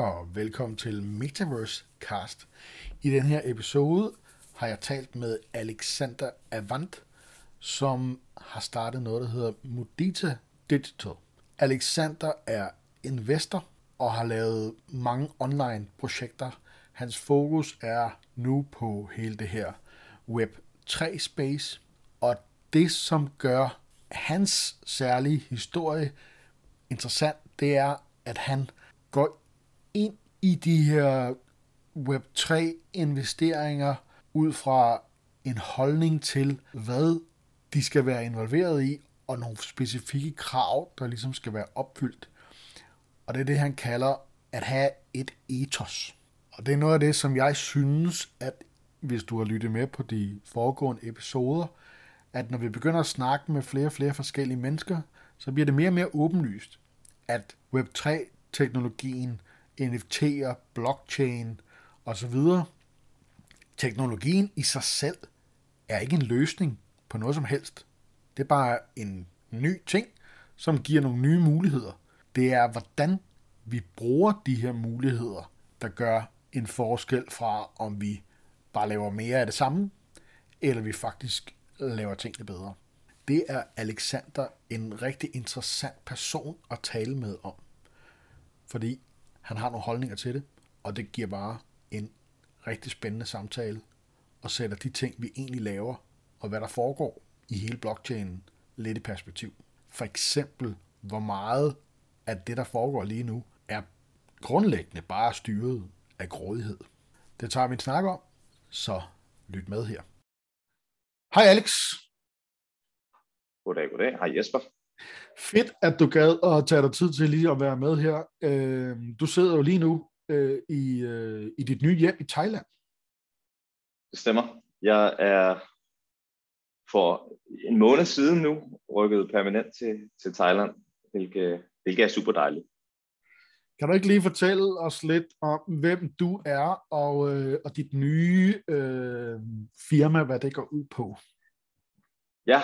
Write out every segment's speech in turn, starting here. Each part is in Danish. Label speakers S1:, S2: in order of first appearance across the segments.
S1: og velkommen til Metaverse Cast. I den her episode har jeg talt med Alexander Avant, som har startet noget, der hedder Modita Digital. Alexander er investor og har lavet mange online projekter. Hans fokus er nu på hele det her Web3 space, og det, som gør hans særlige historie interessant, det er, at han går ind i de her Web3-investeringer ud fra en holdning til, hvad de skal være involveret i, og nogle specifikke krav, der ligesom skal være opfyldt. Og det er det, han kalder at have et ethos. Og det er noget af det, som jeg synes, at hvis du har lyttet med på de foregående episoder, at når vi begynder at snakke med flere og flere forskellige mennesker, så bliver det mere og mere åbenlyst, at Web3-teknologien, NFT'er, blockchain osv., teknologien i sig selv er ikke en løsning på noget som helst. Det er bare en ny ting, som giver nogle nye muligheder. Det er, hvordan vi bruger de her muligheder, der gør en forskel fra, om vi bare laver mere af det samme, eller vi faktisk laver tingene bedre. Det er Alexander en rigtig interessant person at tale med om, fordi han har nogle holdninger til det, og det giver bare en rigtig spændende samtale, og sætter de ting, vi egentlig laver, og hvad der foregår i hele blockchainen, lidt i perspektiv. For eksempel, hvor meget af det, der foregår lige nu, er grundlæggende bare styret af grådighed. Det tager vi en snak om, så lyt med her. Hej Alex.
S2: Goddag. Hej Jesper.
S1: Fedt, at du gad at tage dig tid til lige at være med her. Du sidder jo lige nu i dit nye hjem i Thailand.
S2: Det stemmer. Jeg er for en måned siden nu rykket permanent til Thailand, hvilket er super dejligt.
S1: Kan du ikke lige fortælle os lidt om, hvem du er og dit nye firma, hvad det går ud på?
S2: Ja,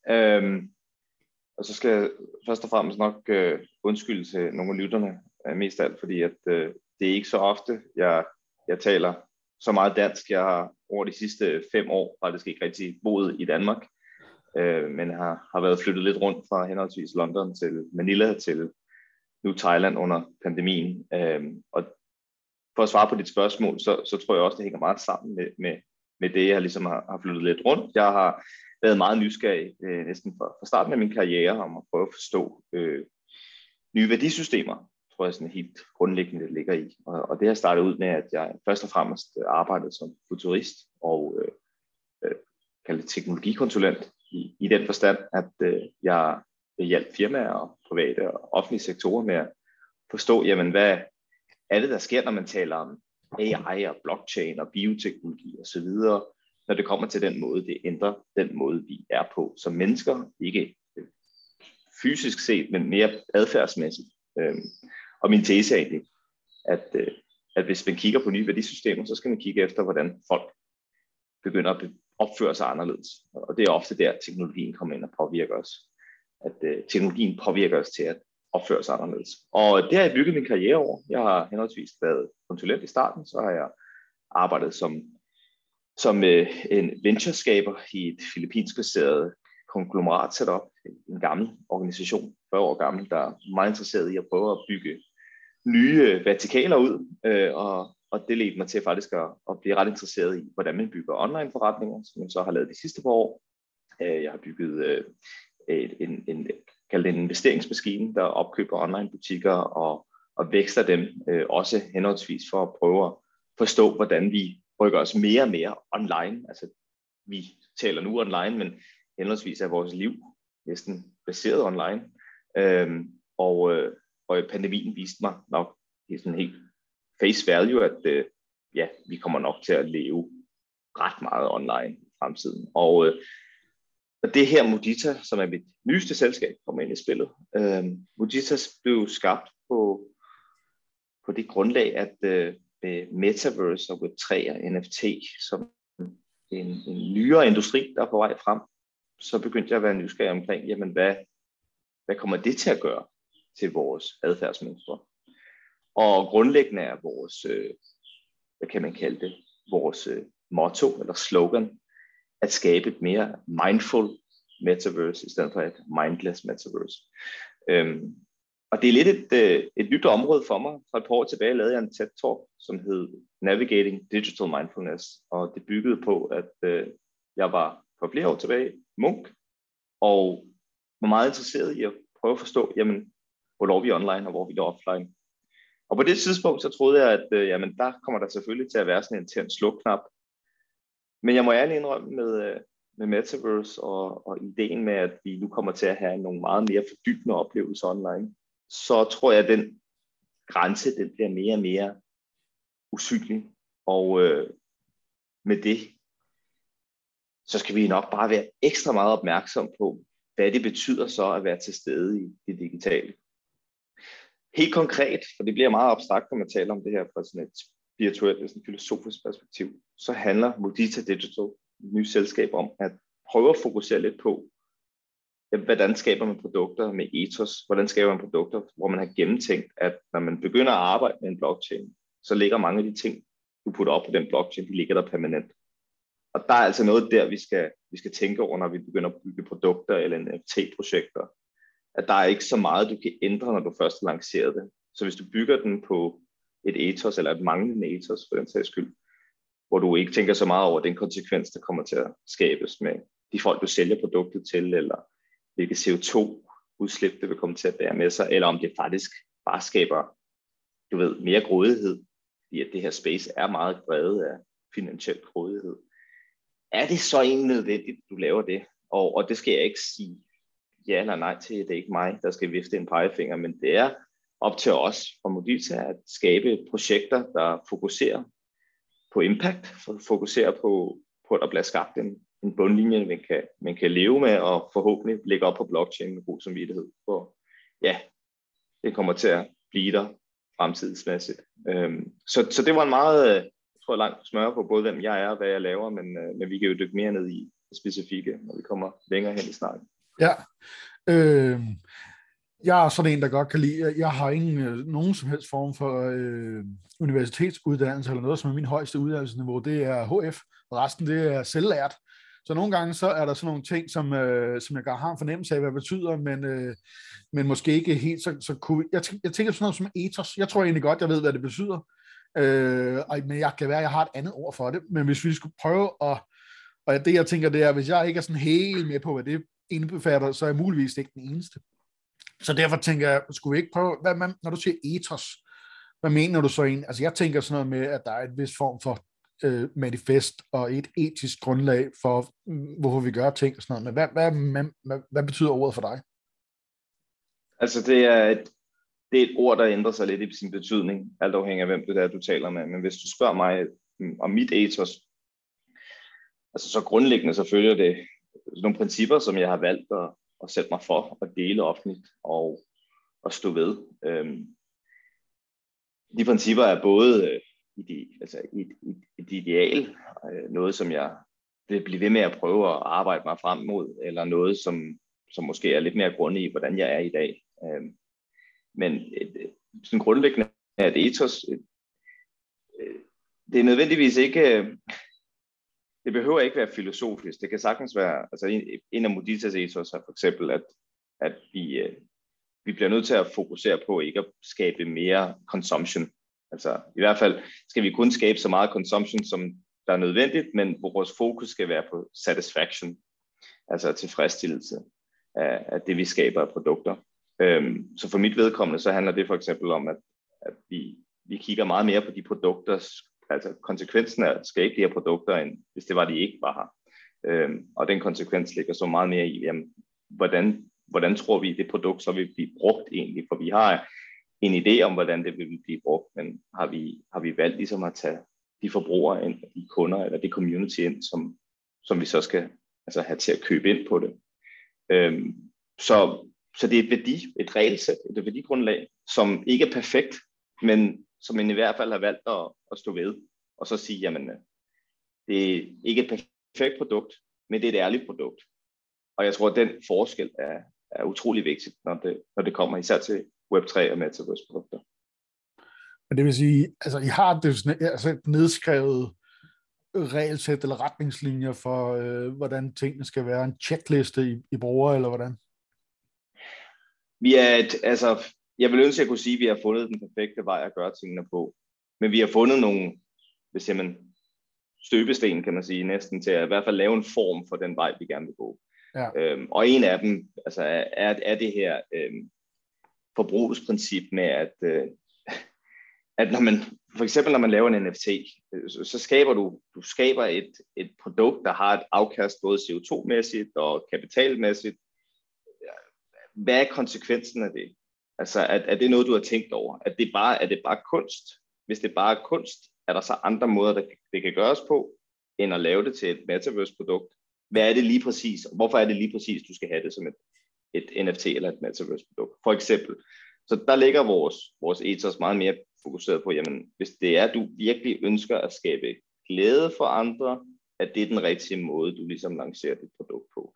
S2: og så skal jeg først og fremmest nok undskylde til nogle af lytterne, mest af alt, fordi at det er ikke så ofte, jeg taler så meget dansk. Jeg har over de sidste 5 år faktisk ikke rigtig boet i Danmark, men har været flyttet lidt rundt fra henholdsvis London til Manila til nu Thailand under pandemien. Og for at svare på dit spørgsmål, så tror jeg også, det hænger meget sammen med det, jeg ligesom har flyttet lidt rundt. Jeg har været meget nysgerrig næsten fra starten af min karriere om at prøve at forstå nye værdisystemer, tror jeg sådan helt grundlæggende det ligger i. Og det har startet ud med, at jeg først og fremmest arbejdede som futurist og kaldet teknologikonsulent i den forstand, at jeg hjalp firmaer og private og offentlige sektorer med at forstå, jamen hvad er det, der sker, når man taler om AI og blockchain og bioteknologi og så videre, når det kommer til den måde, det ændrer den måde, vi er på som mennesker, ikke fysisk set, men mere adfærdsmæssigt. Og min tese er det, at hvis man kigger på nye værdisystemer, så skal man kigge efter, hvordan folk begynder at opføre sig anderledes. Og det er ofte der, teknologien kommer ind og påvirker os. At teknologien påvirker os til at opføre sig anderledes. Og det har jeg bygget min karriere over. Jeg har henholdsvis været konsulent i starten, så har jeg arbejdet som en ventureskaber i et filippinsk baseret konglomerat setup, en gammel organisation, 40 år gammel, der er meget interesseret i at prøve at bygge nye vertikaler ud, og det ledte mig til faktisk at blive ret interesseret i, hvordan man bygger online forretninger, som jeg så har lavet de sidste par år. Jeg har bygget kaldt en investeringsmaskine, der opkøber online butikker og vækster dem også henholdsvis for at prøve at forstå, hvordan vi rykker os mere og mere online. Altså, vi taler nu online, men henholdsvis er vores liv næsten baseret online. Og pandemien viste mig nok i sådan helt face value, at vi kommer nok til at leve ret meget online i fremtiden. Og det her Modita, som er mit nyeste selskab, kommer ind i spillet. Modita blev skabt på det grundlag, at Metaverse og Web3 og NFT som en nyere industri, der er på vej frem, så begyndte jeg at være nysgerrig omkring, jamen hvad kommer det til at gøre til vores adfærdsmønstre? Og grundlæggende er vores, hvad kan man kalde det, vores motto eller slogan, at skabe et mere mindful metaverse, i stedet for et mindless metaverse. Og det er lidt et nyt område for mig. For et par år tilbage lavede jeg en TED-talk, som hed Navigating Digital Mindfulness, og det byggede på, at jeg var for flere år tilbage munk, og var meget interesseret i at prøve at forstå, jamen, hvornår vi er online, og hvor vi er offline. Og på det tidspunkt, så troede jeg, at jamen, der kommer der selvfølgelig til at være sådan en intens slukknap. Men jeg må ærligt indrømme med Metaverse og ideen med, at vi nu kommer til at have nogle meget mere fordybende oplevelser online, så tror jeg, at den grænse, den bliver mere og mere usynlig. Og med det, så skal vi nok bare være ekstra meget opmærksom på, hvad det betyder så at være til stede i det digitale. Helt konkret, for det bliver meget abstrakt, når man taler om det her fra sådan et virtuelt, sådan et filosofisk perspektiv, så handler Modita Digital, et nyt selskab, om at prøve at fokusere lidt på, hvordan skaber man produkter med ethos, hvordan skaber man produkter, hvor man har gennemtænkt, at når man begynder at arbejde med en blockchain, så ligger mange af de ting, du putter op på den blockchain, de ligger der permanent. Og der er altså noget der, vi skal tænke over, når vi begynder at bygge produkter eller NFT-projekter, at der er ikke så meget, du kan ændre, når du først har lanceret det. Så hvis du bygger den på et ethos, eller et manglende ethos for den sags skyld, hvor du ikke tænker så meget over den konsekvens, der kommer til at skabes med de folk, du sælger produktet til, eller hvilke CO2-udslip det vil komme til at bære med sig, eller om det faktisk bare skaber, du ved, mere grådighed, fordi at det her space er meget drevet af finansiel grådighed. Er det så egentlig nødvendigt, at du laver det? Og det skal jeg ikke sige ja eller nej til, det er ikke mig, der skal vifte en pegefinger, men det er op til os fra Modita at skabe projekter, der fokuserer på impact, fokuserer på at der bliver skabt en bundlinje, man kan leve med, og forhåbentlig lægge op på blockchain med god samvittighed. For ja, det kommer til at blive der fremtidsmæssigt. Så det var en meget, jeg tror, lang smør på både hvem jeg er og hvad jeg laver, men vi kan jo dykke mere ned i det specifikke, når vi kommer længere hen i snakken.
S1: Ja, jeg er sådan en, der godt kan lide, jeg har ingen nogen som helst form for universitetsuddannelse eller noget, som er min højeste uddannelsesniveau, det er HF, og resten det er selvlært. Så nogle gange så er der sådan nogle ting, som jeg har en fornemmelse af, hvad det betyder, men måske ikke helt så cool. Jeg tænker sådan noget som ethos. Jeg tror egentlig godt, jeg ved, hvad det betyder, men jeg kan være, jeg har et andet ord for det. Men hvis vi skulle prøve og det jeg tænker, det er, hvis jeg ikke er sådan helt med på, hvad det indbefatter, så er jeg muligvis ikke den eneste. Så derfor tænker jeg, skulle vi ikke prøve, når du siger ethos, hvad mener du så egentlig? Altså jeg tænker sådan noget med, at der er et vis form for manifest og et etisk grundlag for, hvorfor vi gør ting og sådan noget. Men hvad betyder ordet for dig?
S2: Altså det er et ord, der ændrer sig lidt i sin betydning, alt afhængig af hvem det er, du taler med. Men hvis du spørger mig om mit ethos, altså så grundlæggende så følger det nogle principper, som jeg har valgt at sætte mig for at dele offentligt og stå ved. De principper er både et ideal, noget som jeg vil blive ved med at prøve at arbejde mig frem mod, eller noget som måske er lidt mere grundigt i, hvordan jeg er i dag. Men sådan grundlæggende er et ethos, det er nødvendigvis ikke, det behøver ikke være filosofisk. Det kan sagtens være, altså en af Moditas ethos er for eksempel, at vi bliver nødt til at fokusere på ikke at skabe mere consumption. Altså i hvert fald skal vi kun skabe så meget consumption, som der er nødvendigt, men hvor vores fokus skal være på satisfaction, altså tilfredsstillelse af det, vi skaber af produkter. Så for mit vedkommende, så handler det for eksempel om, at vi kigger meget mere på de produkter, altså konsekvensen af skal ikke de her produkter, end hvis det var, de ikke var her. Og den konsekvens ligger så meget mere i, jamen, hvordan tror vi, det produkt så vil blive brugt egentlig? For vi har en idé om, hvordan det vil blive brugt, men har vi valgt ligesom at tage de forbrugere ind, de kunder eller det community ind, som vi så skal altså have til at købe ind på det. Så det er et regelsæt, et værdigrundlag, som ikke er perfekt, men som man i hvert fald har valgt at stå ved, og så sige, jamen, det er ikke et perfekt produkt, men det er et ærligt produkt. Og jeg tror, at den forskel er utrolig vigtigt, når det kommer især til Web3 og Metaverse-produkter.
S1: Men det vil sige, altså I har det altså et nedskrevet regelsæt eller retningslinjer for, hvordan tingene skal være, en checkliste I bruger, eller hvordan?
S2: Vi er jeg vil ønske, at jeg kunne sige, at vi har fundet den perfekte vej at gøre tingene på. Men vi har fundet nogle, hvis man støbesten, kan man sige, næsten til at i hvert fald lave en form for den vej, vi gerne vil gå.
S1: Ja.
S2: Og en af dem altså, er det her forbrugsprincip med, at når man, for eksempel når man laver en NFT, så skaber du skaber et produkt, der har et afkast både CO2-mæssigt og kapitalmæssigt. Hvad er konsekvensen af det? Altså, er det noget, du har tænkt over? Er det bare kunst? Hvis det bare er kunst, er der så andre måder, det kan gøres på, end at lave det til et metaverse-produkt? Hvad er det lige præcis? Hvorfor er det lige præcis, du skal have det som et NFT eller et metaverse-produkt? For eksempel. Så der ligger vores ethos meget mere fokuseret på, jamen, hvis det er, du virkelig ønsker at skabe glæde for andre, at det er den rigtige måde, du ligesom lancerer dit produkt på.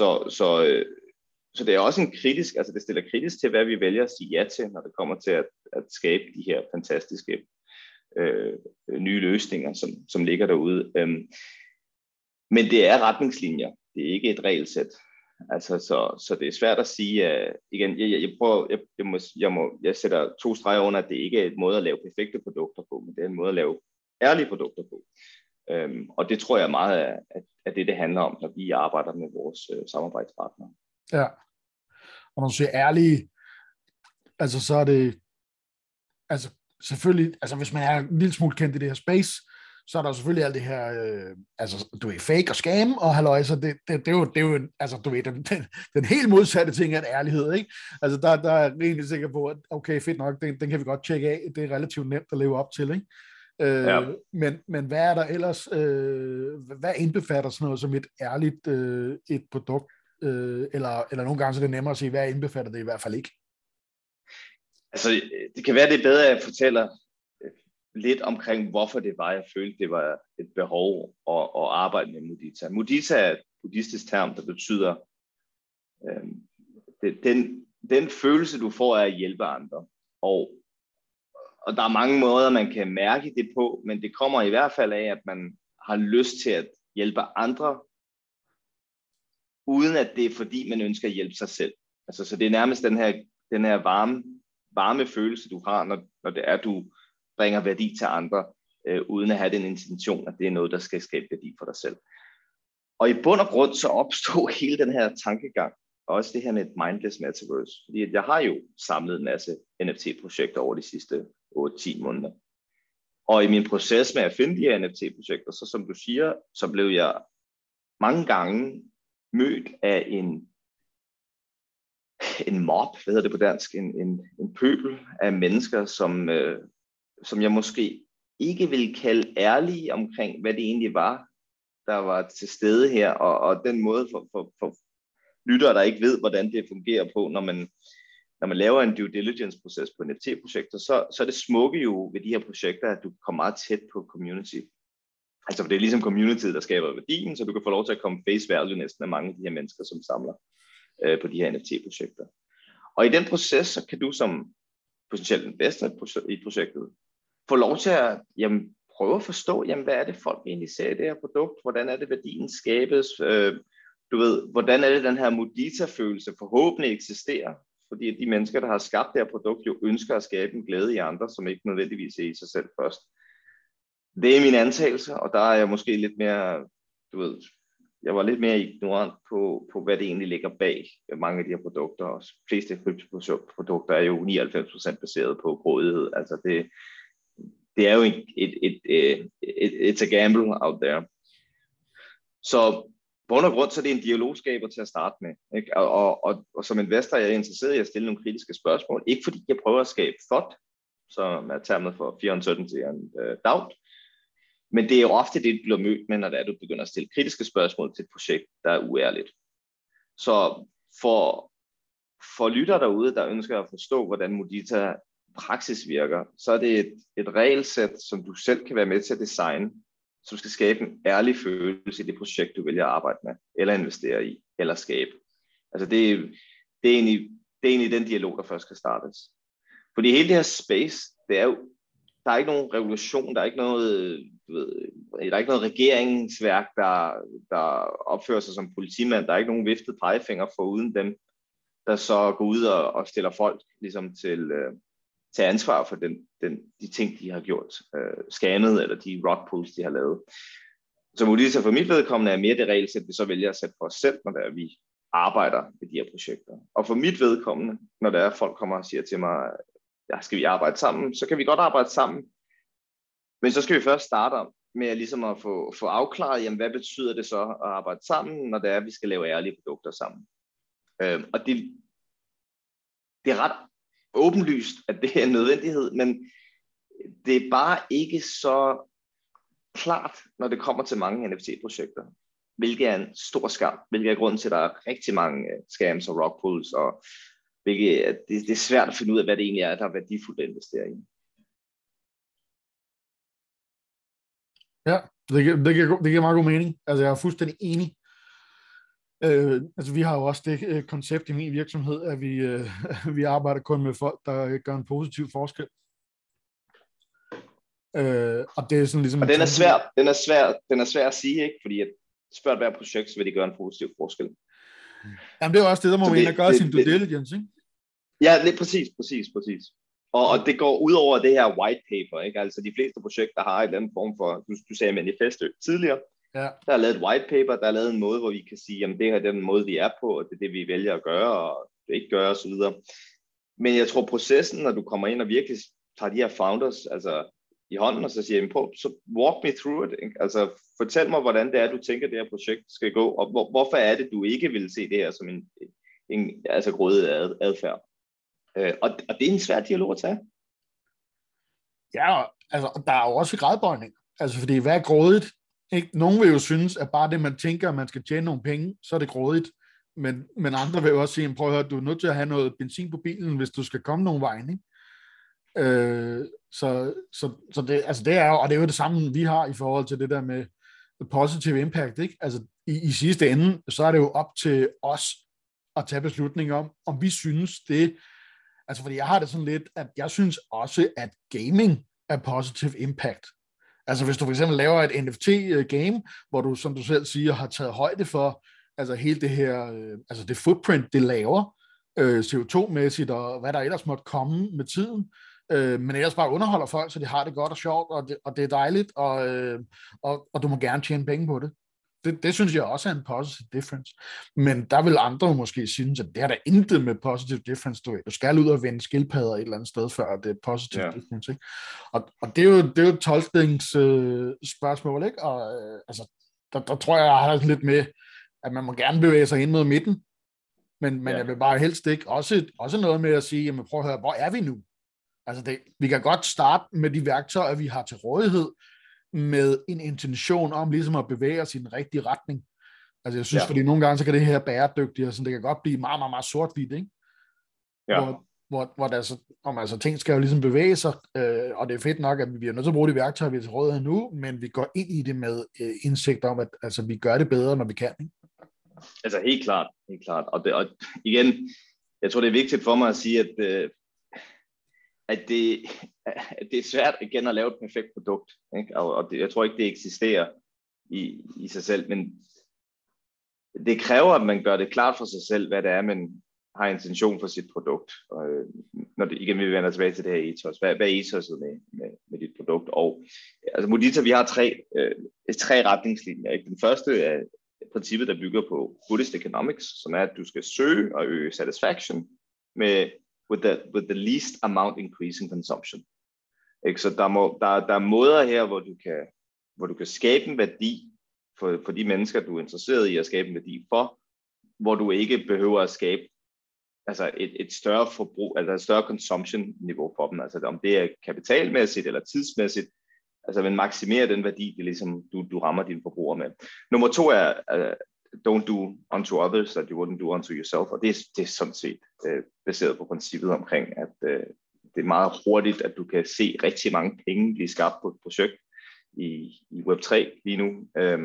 S2: Så det er også en kritisk, altså det stiller kritisk til, hvad vi vælger at sige ja til, når det kommer til at skabe de her fantastiske nye løsninger, som ligger derude. Men det er retningslinjer, det er ikke et regelsæt. Altså, så det er svært at sige, igen, jeg sætter 2 streger under, at det ikke er et måde at lave perfekte produkter på, men det er en måde at lave ærlige produkter på. Og det tror jeg meget af det handler om, når vi arbejder med vores samarbejdspartnere.
S1: Ja, og når du siger ærlige, altså så er det, altså selvfølgelig, altså hvis man er en lille smule kendt i det her space, så er der selvfølgelig alt det her, altså du er fake og scam og halløj, så det er jo altså du ved, den helt modsatte ting af ærlighed, ikke? Altså der er jeg egentlig sikker på, at okay, fedt nok, den kan vi godt tjekke af, det er relativt nemt at leve op til, ikke? Ja. Men hvad er der ellers, hvad indbefatter sådan noget som et ærligt et produkt, eller nogle gange så er det nemmere at sige, hvad indbefatter det i hvert fald ikke?
S2: Altså, det kan være, det er bedre, at jeg fortæller lidt omkring, hvorfor det var, jeg følte, det var et behov at arbejde med mudita. Mudita er et buddhistisk term, der betyder den følelse, du får af at hjælpe andre. Og der er mange måder, man kan mærke det på, men det kommer i hvert fald af, at man har lyst til at hjælpe andre, uden at det er fordi, man ønsker at hjælpe sig selv. Altså, så det er nærmest den her varme følelse, du har, når det er, du bringer værdi til andre, uden at have den intention, at det er noget, der skal skabe værdi for dig selv. Og i bund og grund, så opstod hele den her tankegang, og også det her med et mindless metaverse, fordi at jeg har jo samlet en masse NFT-projekter over de sidste 8-10 måneder. Og i min proces med at finde de her NFT-projekter, så som du siger, så blev jeg mange gange mødt af en mob, hvad hedder det på dansk, en pøbel af mennesker, som jeg måske ikke vil kalde ærlige omkring, hvad det egentlig var, der var til stede her, og den måde for lyttere, der ikke ved, hvordan det fungerer på, når man laver en due diligence-proces på NFT-projekter, så er det smukke jo ved de her projekter, at du kommer meget tæt på community. Altså, det er ligesom community, der skaber værdien, så du kan få lov til at komme face value næsten af mange af de her mennesker, som samler på de her NFT-projekter. Og i den proces, så kan du som potentielt investor i projektet få lov til at prøve at forstå, hvad er det folk egentlig ser i det her produkt, hvordan er det værdien skabes, du ved, hvordan er det den her mudita-følelse forhåbentlig eksisterer, fordi de mennesker, der har skabt det her produkt, jo ønsker at skabe en glæde i andre, som ikke nødvendigvis er i sig selv først. Det er min antagelse, og der er jeg måske lidt mere, du ved, jeg var lidt mere ignorant på hvad det egentlig ligger bag mange af de her produkter. Og de fleste kryptoprodukter er jo 99% baseret på grådighed. Altså det er jo it's a gamble out there. Så på grund af grund, så er det en dialogskaber til at starte med. Ikke? Og som investor er jeg interesseret i at stille nogle kritiske spørgsmål. Ikke fordi jeg prøver at skabe FUD, som er termet for fear, uncertainty and doubt. Men det er jo ofte det, du bliver mødt med, når du begynder at stille kritiske spørgsmål til et projekt, der er uærligt. Så for lyttere derude, der ønsker at forstå, hvordan mudita praksis virker, så er det et regelsæt, som du selv kan være med til at designe, som skal skabe en ærlig følelse i det projekt, du vælger at arbejde med, eller investere i, eller skabe. Altså det er egentlig den dialog, der først skal startes. Fordi hele det her space, det er jo der er ikke nogen revolution, der er ikke noget, der er ikke noget regeringsværk, der opfører sig som politimand. Der er ikke nogen viftet pegefinger for uden dem, der så går ud og stiller folk ligesom til ansvar for de ting, de har gjort, scannet, eller de rock pulls, de har lavet. Så Modita for mit vedkommende er mere det regelsæt, vi så vælger at sætte for os selv, når der vi arbejder med de her projekter. Og for mit vedkommende, når der er folk kommer og siger til mig, ja, skal vi arbejde sammen, så kan vi godt arbejde sammen. Men så skal vi først starte med ligesom at få afklaret, jamen, hvad betyder det så at arbejde sammen, når det er, at vi skal lave ærlige produkter sammen. Og det er ret åbenlyst, at det er en nødvendighed, men det er bare ikke så klart, når det kommer til mange NFT-projekter, hvilket er en stor skam, hvilket er grunden til, at der er rigtig mange scams og rug pulls, og det er svært at finde ud af, hvad det egentlig er, der er værdifuldt at investere i.
S1: Ja, det giver meget god mening. Altså, jeg er fuldstændig enig. Altså, vi har jo også det koncept i min virksomhed, at vi arbejder kun med folk, der gør en positiv forskel. Og det er sådan ligesom...
S2: Og den er svær at sige, ikke? Fordi at spørg hver projekt, så vil de gøre en positiv forskel.
S1: Jamen, det er også det, der må man gøre sin due diligence, ikke?
S2: Ja, det præcis. Og det går ud over det her white paper, ikke? Altså de fleste projekter har et eller andet form for, du sagde manifest tidligere, ja. Der er lavet et white paper, der er lavet en måde, hvor vi kan sige, jamen det her er den måde, vi er på, og det er det, vi vælger at gøre, og det ikke gøre, og så videre. Men jeg tror, processen, når du kommer ind og virkelig tager de her founders altså, i hånden, og så siger jeg, så walk me through it, ikke? Altså fortæl mig, hvordan det er, du tænker, det her projekt skal gå, og hvorfor er det, du ikke vil se det her som en altså grådig adfærd. Og det er en svær dialog at tage.
S1: Ja, altså der er jo også gradbøjning. Altså fordi hvad er grådigt? Ikke? Nogen vil jo synes, at bare det, man tænker, at man skal tjene nogle penge, så er det grådigt. Men andre vil jo også sige, prøv at høre, du er nødt til at have noget benzin på bilen, hvis du skal komme nogen vej, ikke? Så det, altså det er jo, og det er jo det samme, vi har i forhold til det der med positive impact, ikke? Altså i sidste ende, så er det jo op til os at tage beslutning om vi synes det. Altså, fordi jeg har det sådan lidt, at jeg synes også, at gaming er positive impact. Altså, hvis du for eksempel laver et NFT-game, hvor du, som du selv siger, har taget højde for, altså hele det her, altså det footprint, det laver, CO2-mæssigt, og hvad der ellers måtte komme med tiden, men ellers bare underholder folk, så de har det godt og sjovt, og det er dejligt, og du må gerne tjene penge på det. Det synes jeg også er en positive difference. Men der vil andre måske synes, at det er der intet med positive difference. Du skal ud og vende skildpadder et eller andet sted, før det er positive difference. Ikke? Og det er jo et tolkningsspørgsmål, ikke? Og altså, der tror jeg har lidt med, at man må gerne bevæge sig ind mod midten, men jeg vil bare helst ikke. Også noget med at sige, jamen prøv at høre, hvor er vi nu? Altså vi kan godt starte med de værktøjer, vi har til rådighed, med en intention om ligesom at bevæge os i den rigtige retning. Altså jeg synes, fordi nogle gange, så kan det her bæredygtigt, og sådan, det kan godt blive meget, meget, meget sort-hvidt, ikke? Ja. Hvor der altså ting skal jo ligesom bevæge sig, og det er fedt nok, at vi er nødt til at bruge de værktøjer, vi er til rådighed nu, men vi går ind i det med indsigt om, at altså, vi gør det bedre, når vi kan, ikke?
S2: Altså helt klart. Og igen, jeg tror, det er vigtigt for mig at sige, at det er svært igen at lave et perfekt produkt, ikke? Og jeg tror ikke, det eksisterer i sig selv, men det kræver, at man gør det klart for sig selv, hvad det er, man har intention for sit produkt. Og når det, igen, vi vender tilbage til det her ethos. Hvad er ethoset med dit produkt? Og altså Modita, vi har tre retningslinjer, ikke? Den første er princippet, der bygger på Buddhist Economics, som er, at du skal søge og øge satisfaction with the least amount increase in consumption. Ikke? Så der er måder her, hvor du kan skabe en værdi for de mennesker, du er interesseret i at skabe en værdi for, hvor du ikke behøver at skabe altså et større forbrug, altså et større consumption-niveau for dem, altså om det er kapitalmæssigt eller tidsmæssigt, altså man maksimerer den værdi, det ligesom du rammer dine forbrugere med. Nummer 2 er don't do unto others that you wouldn't do unto yourself, og det er sådan set baseret på princippet omkring, at det er meget hurtigt, at du kan se rigtig mange penge blive skabt på et projekt i Web3 lige nu,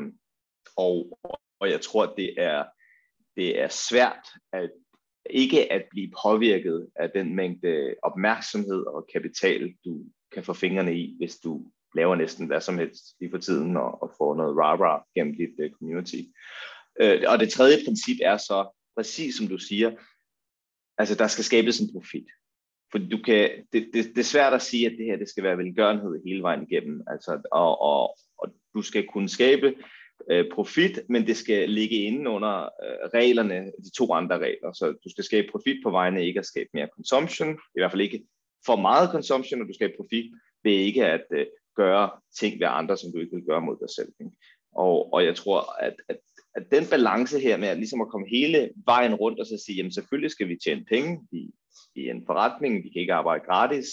S2: og jeg tror, at det er svært ikke at blive påvirket af den mængde opmærksomhed og kapital, kan få fingrene i, hvis du laver næsten hvad som helst lige for tiden, og får noget rah-rah gennem dit community. Og det tredje princip er så, præcis som du siger, altså der skal skabes en profit. For det er svært at sige, at det her det skal være velgørenhed hele vejen igennem. Altså, og du skal kunne skabe profit, men det skal ligge inde under reglerne, de 2 andre regler. Så du skal skabe profit på vegne af ikke at skabe mere consumption, i hvert fald ikke for meget consumption, og du skal skabe profit ved ikke at gøre ting ved andre, som du ikke vil gøre mod dig selv. Ikke? Og jeg tror, at den balance her med at, ligesom at komme hele vejen rundt og så sige, jamen selvfølgelig skal vi tjene penge i en forretning, vi kan ikke arbejde gratis,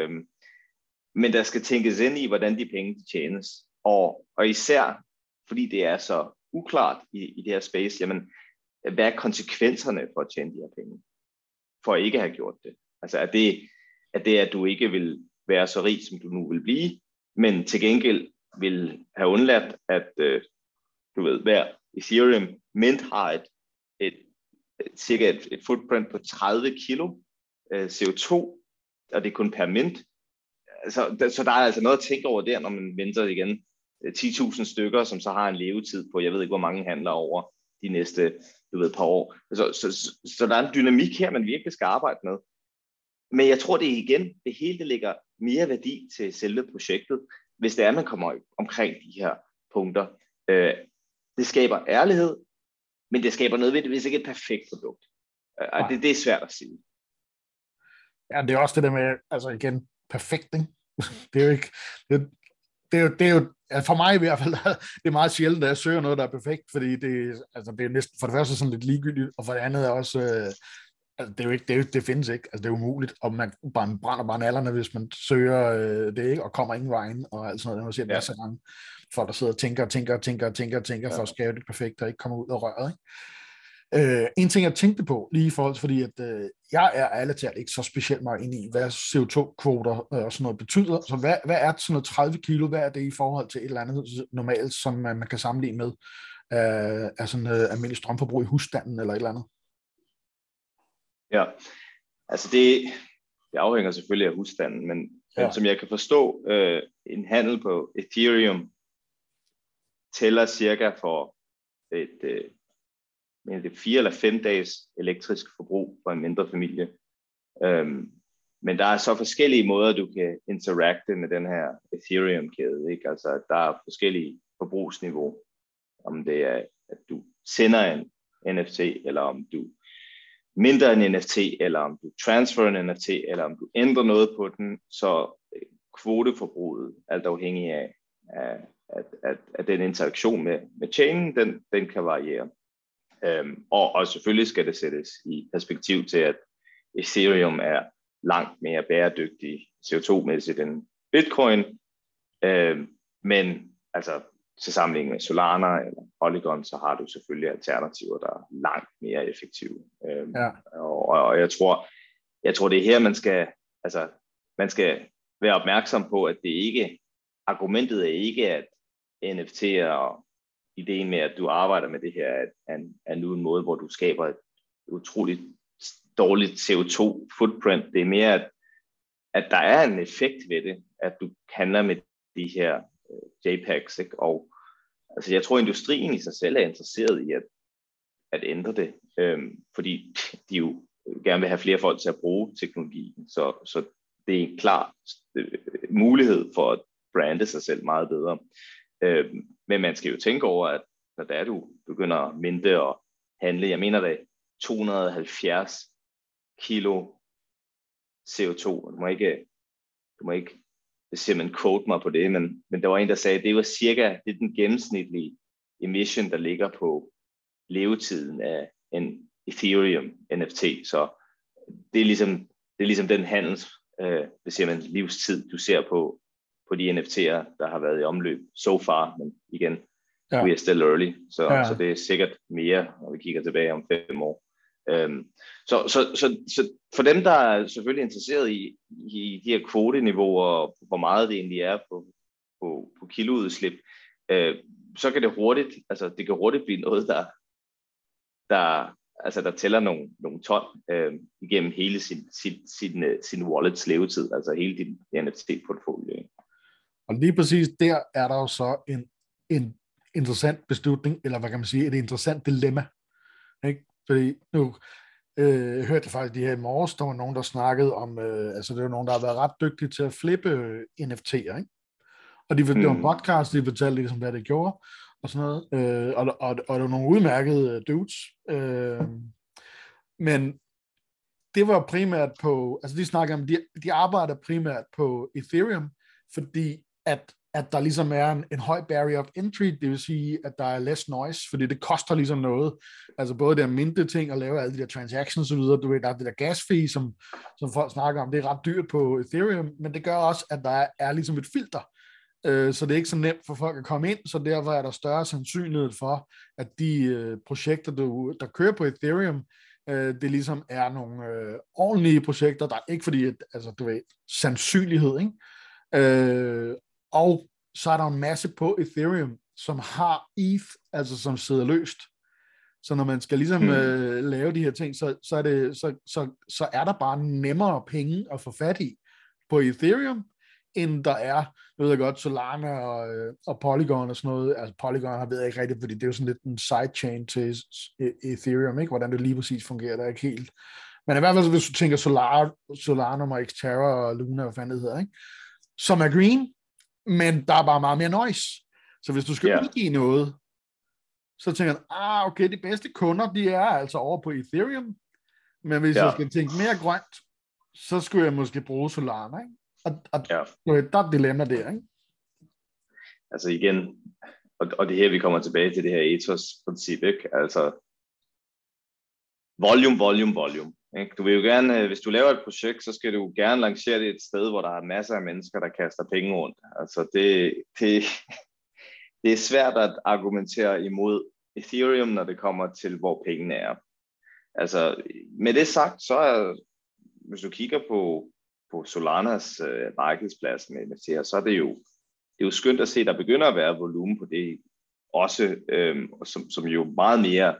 S2: men der skal tænkes ind i, hvordan de penge de tjenes. Og især, fordi det er så uklart i det her space, jamen, hvad er konsekvenserne for at tjene de her penge? For ikke at have gjort det. Altså er det, at du ikke vil være så rig, som du nu vil blive, men til gengæld vil have undladt, at du ved, hver Ethereum mint har cirka et footprint på 30 kilo CO2, og det er kun per mint. Så der er altså noget at tænke over der, når man venter igen 10.000 stykker, som så har en levetid på, jeg ved ikke, hvor mange handler over de næste, par år. Så der er en dynamik her, man virkelig skal arbejde med. Men jeg tror, det hele ligger mere værdi til selve projektet, hvis det er, man kommer omkring de her punkter. Det skaber ærlighed, men det skaber nødvendigvis ikke et perfekt produkt. Det er svært at sige.
S1: Ja, det er også det der med, altså igen, perfekt, ikke? Det er jo ikke, det er jo for mig i hvert fald, det er meget sjældent, at jeg søger noget, der er perfekt, fordi det er næsten, for det første sådan lidt ligegyldigt, og for det andet er også, altså det er jo ikke, det findes ikke, altså det er umuligt, og man brænder bare nallerne, hvis man søger det, ikke, og kommer ingen vejen, og alt sådan noget, man ser en masse gange, folk der sidder og tænker, for at skabe det perfekte, og ikke kommer ud af røret, ikke? En ting jeg tænkte på lige i forhold til, fordi at jeg er ærligt talt ikke så specielt meget inde i, hvad CO2-kvoter og sådan noget betyder. Så hvad er sådan noget 30 kilo, hvad er det i forhold til et eller andet normalt, som man kan sammenligne med af sådan almindelig strømforbrug i husstanden eller et eller andet?
S2: Ja, altså det afhænger selvfølgelig af husstanden, men som jeg kan forstå, en handel på Ethereum tæller cirka for et 4 eller 5 dages elektrisk forbrug for en mindre familie. Men der er så forskellige måder, du kan interagere med den her Ethereum-kæde. Ikke? Altså, der er forskellige forbrugsniveau. Om det er, at du sender en NFT, eller om du minter en NFT, eller om du transferer en NFT, eller om du ændrer noget på den, så kvoteforbruget, alt afhængig af den interaktion med chainen, den kan variere. Og selvfølgelig skal det sættes i perspektiv til, at Ethereum er langt mere bæredygtig CO2-mæssigt end Bitcoin, men altså til sammenligning med Solana eller Polygon, så har du selvfølgelig alternativer, der er langt mere effektive. Og jeg tror det er her, man skal være opmærksom på, at argumentet er ikke, at NFT'er og ideen med, at du arbejder med det her, er nu en måde, hvor du skaber et utroligt dårligt CO2-footprint. Det er mere, at der er en effekt ved det, at du handler med de her JPEGs, ikke? Og altså, jeg tror, industrien i sig selv er interesseret i at ændre det, fordi de jo gerne vil have flere folk til at bruge teknologien. Så det er en klar mulighed for at brande sig selv meget bedre. Men man skal jo tænke over, at når du begynder at minte og handle, jeg mener det 270 kilo CO2. Du må ikke simpelthen quote mig på det, men der var en, der sagde, at det var cirka den gennemsnitlige emission, der ligger på levetiden af en Ethereum NFT. Så det er ligesom den handels, livstid, du ser på de NFT'er, der har været i omløb so far, men igen, we are still early, så det er sikkert mere, når vi kigger tilbage om 5 år. Så for dem, der er selvfølgelig interesseret i de her kvoteniveauer, og hvor meget det egentlig er på kiloudslip, så kan det hurtigt blive noget, der altså der tæller nogle ton igennem hele sin wallets levetid, altså hele din NFT-portfolio.
S1: Og lige præcis der er der jo så en interessant beslutning, eller hvad kan man sige, et interessant dilemma. Ikke? Fordi nu hørte jeg faktisk de her i morges, der var nogen, der snakkede om, altså det var nogen, der har været ret dygtige til at flippe NFT'er, ikke? Og det var en podcast, de fortalte ligesom, hvad det gjorde, og sådan noget, og det var nogle udmærkede dudes. Men det var primært på, altså de snakker om, de arbejder primært på Ethereum, fordi at der ligesom er en høj barrier of entry, det vil sige, at der er less noise, fordi det koster ligesom noget. Altså både det er mindre ting at lave alle de der transactions og så videre, du ved, der er det der gas fee, som folk snakker om, det er ret dyrt på Ethereum, men det gør også, at der er ligesom et filter, så det er ikke så nemt for folk at komme ind, så derfor er der større sandsynlighed for, at de projekter, der kører på Ethereum, det ligesom er nogle ordentlige projekter, der er ikke fordi, at, altså du ved, sandsynlighed, ikke? Og så er der en masse på Ethereum, som har ETH, altså som sidder løst. Så når man skal ligesom lave de her ting, så er der bare nemmere penge at få fat i på Ethereum, end der er, jeg ved godt, Solana og Polygon og sådan noget. Altså Polygon har ved jeg ikke rigtigt, fordi det er jo sådan lidt en sidechain til Ethereum, ikke? Hvordan det lige præcis fungerer, der er ikke helt. Men i hvert fald, hvis du tænker Solana og Xterra og Luna, hvad fanden det hedder, ikke? Som er green, men der er bare meget mere noise. Så hvis du skal udgive noget, så tænker jeg, okay, de bedste kunder, de er altså over på Ethereum, men hvis jeg skal tænke mere grønt, så skulle jeg måske bruge Solana, ikke? Og der er et dilemma der, ikke?
S2: Altså igen, og det her, vi kommer tilbage til det her ethos-princip, ikke? Altså, volume. Ikke? Du vil jo gerne, hvis du laver et projekt, så skal du gerne lancere det et sted, hvor der er masser af mennesker, der kaster penge rundt. Altså det er svært at argumentere imod Ethereum, når det kommer til, hvor pengene er. Altså, med det sagt, så er, hvis du kigger på Solanas markedsplads med NFT'er, så er det jo skønt at se, at der begynder at være volumen på det også, som jo meget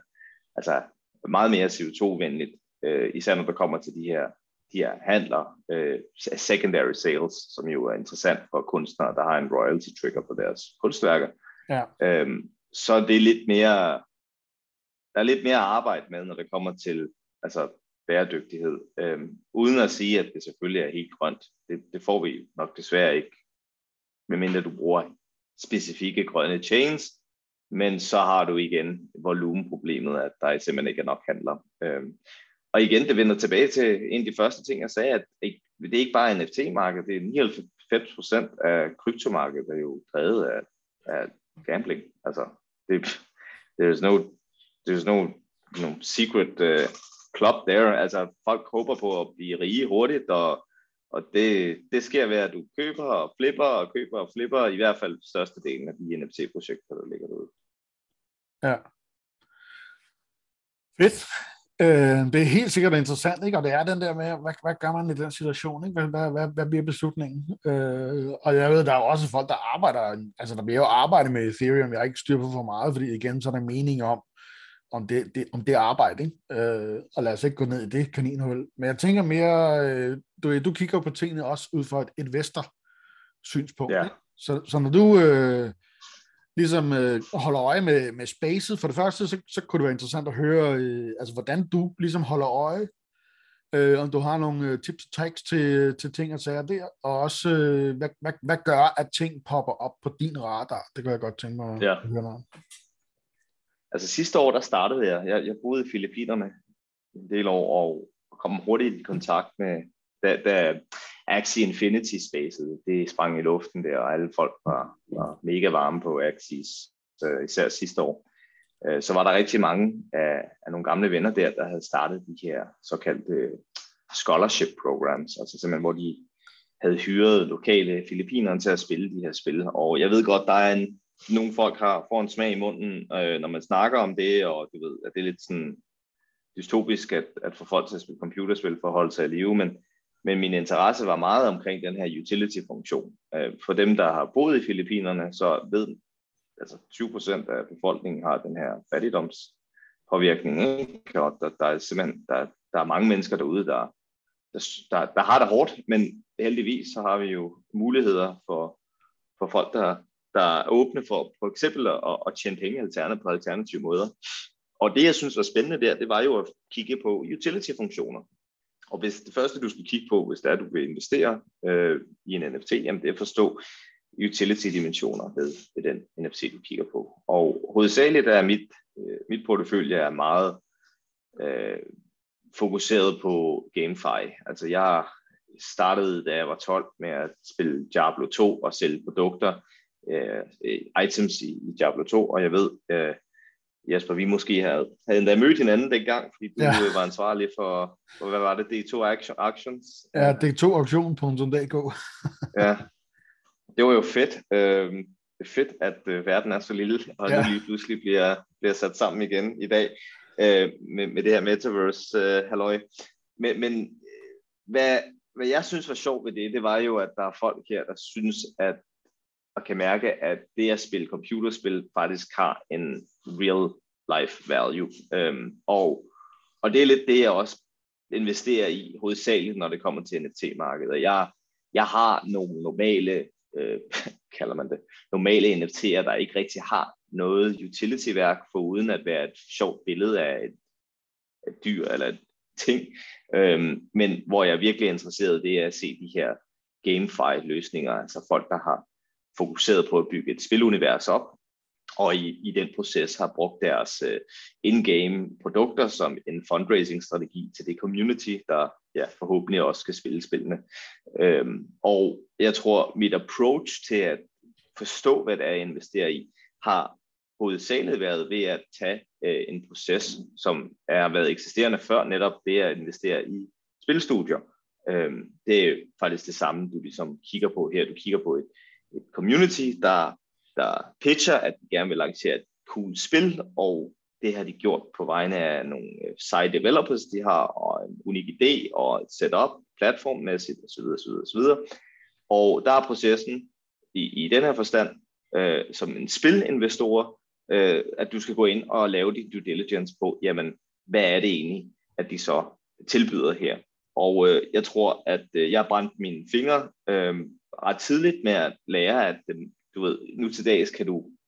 S2: mere CO2-venligt, især når der kommer til de her handler, secondary sales, som jo er interessant for kunstnere, der har en royalty trigger på deres kunstværker. Ja. Så det er der er lidt mere arbejde med, når det kommer til bæredygtighed, uden at sige, at det selvfølgelig er helt grønt. Det får vi nok desværre ikke, medmindre du bruger specifikke grønne chains, men så har du igen volumenproblemet, at der simpelthen ikke er nok handler. Og igen, det vender tilbage til en af de første ting, jeg sagde, at det er ikke bare NFT-markedet, det er 99% af kryptomarkedet, der er jo drevet af gambling. Altså, there's no secret club there. Altså, folk håber på at blive rige hurtigt, og det sker ved, at du køber og flipper, i hvert fald størstedelen af de NFT-projekter, der ligger derude.
S1: Ja. Fedt. Det er helt sikkert interessant, ikke? Og det er den der med, hvad gør man i den situation, ikke? Hvad bliver beslutningen? Og jeg ved, der er jo også folk, der arbejder, altså der bliver jo arbejde med Ethereum, jeg har ikke styr på for meget, fordi igen, så er der mening om det arbejde, ikke? Og lad os ikke gå ned i det kaninhul. Men jeg tænker mere, du kigger på tingene også ud fra et investor-synspunkt, ikke? Så når du ligesom holder øje med spacet, for det første, så kunne det være interessant at høre, altså hvordan du ligesom holder øje, om du har nogle tips og tricks til ting og sager der, og også hvad gør, at ting popper op på din radar? Det kan jeg godt tænke mig at høre noget om.
S2: Altså sidste år, der startede jeg boede i Filippinerne en del år, og kom hurtigt i kontakt med, da Axie Infinity Spacet, det sprang i luften der, og alle folk var mega varme på Axies, især sidste år. Så var der rigtig mange af nogle gamle venner der havde startet de her såkaldte scholarship programs, altså simpelthen, hvor de havde hyret lokale filippinere til at spille de her spil. Og jeg ved godt, der er nogle folk får en smag i munden, når man snakker om det, og du ved, at det er lidt sådan dystopisk at få folk til at spille computerspil for at holde sig i live, men min interesse var meget omkring den her utility-funktion. For dem, der har boet i Filippinerne, så ved, altså 20% af befolkningen har den her fattigdomsproblemstilling, påvirkning, ikke? Og der er simpelthen der er mange mennesker derude, der har det hårdt, men heldigvis så har vi jo muligheder for folk, der er åbne for eksempel at tjene penge på alternative måder. Og det, jeg synes var spændende der, det var jo at kigge på utility-funktioner. Og hvis det første, du skal kigge på, hvis det er, du vil investere i en NFT, jamen det er at forstå utility-dimensioner ved den NFT, du kigger på. Og hovedsageligt er mit portefølje er meget fokuseret på GameFi. Altså jeg startede, da jeg var 12, med at spille Diablo 2 og sælge produkter, items i Diablo 2, og jeg ved, Jesper, vi måske havde endda mødt hinanden dengang, fordi du var ansvarlig for, hvad var det, D2 Auctions?
S1: Ja, D2 Auktion.dk.
S2: Ja, det var jo fedt. Det er fedt, at verden er så lille, og nu lige pludselig bliver sat sammen igen i dag med det her metaverse halløj. Men hvad jeg synes var sjovt ved det var jo, at der er folk her, der synes, at og kan mærke, at det at spille computerspil faktisk har en real life value. Og det er lidt det, jeg også investerer i, hovedsageligt, når det kommer til NFT-markedet. Jeg har nogle normale, kalder man det, normale NFT'er, der ikke rigtig har noget utility-værk, for uden at være et sjovt billede af et dyr eller et ting. Men hvor jeg er virkelig interesseret, det er at se de her GameFi-løsninger, altså folk, der har fokuseret på at bygge et spilunivers op, og i den proces har brugt deres in-game produkter som en fundraising-strategi til det community, der forhåbentlig også skal spille spillene. Og jeg tror, mit approach til at forstå, hvad det er, jeg investerer i, har hovedsageligt været ved at tage en proces, som har været eksisterende før, netop det at investere i spilstudier. Det er faktisk det samme, du ligesom kigger på her. Du kigger på et community, der pitcher, at de gerne vil lancere et cool spil, og det har de gjort på vegne af nogle side developers, de har, og en unik idé, og et setup, platformmæssigt, osv. Og der er processen i den her forstand, som en spilinvestor, at du skal gå ind og lave din due diligence på, jamen, hvad er det egentlig, at de så tilbyder her. Og jeg tror, at jeg har brændt mine fingre ret tidligt med at lære, at du ved, nu til dags kan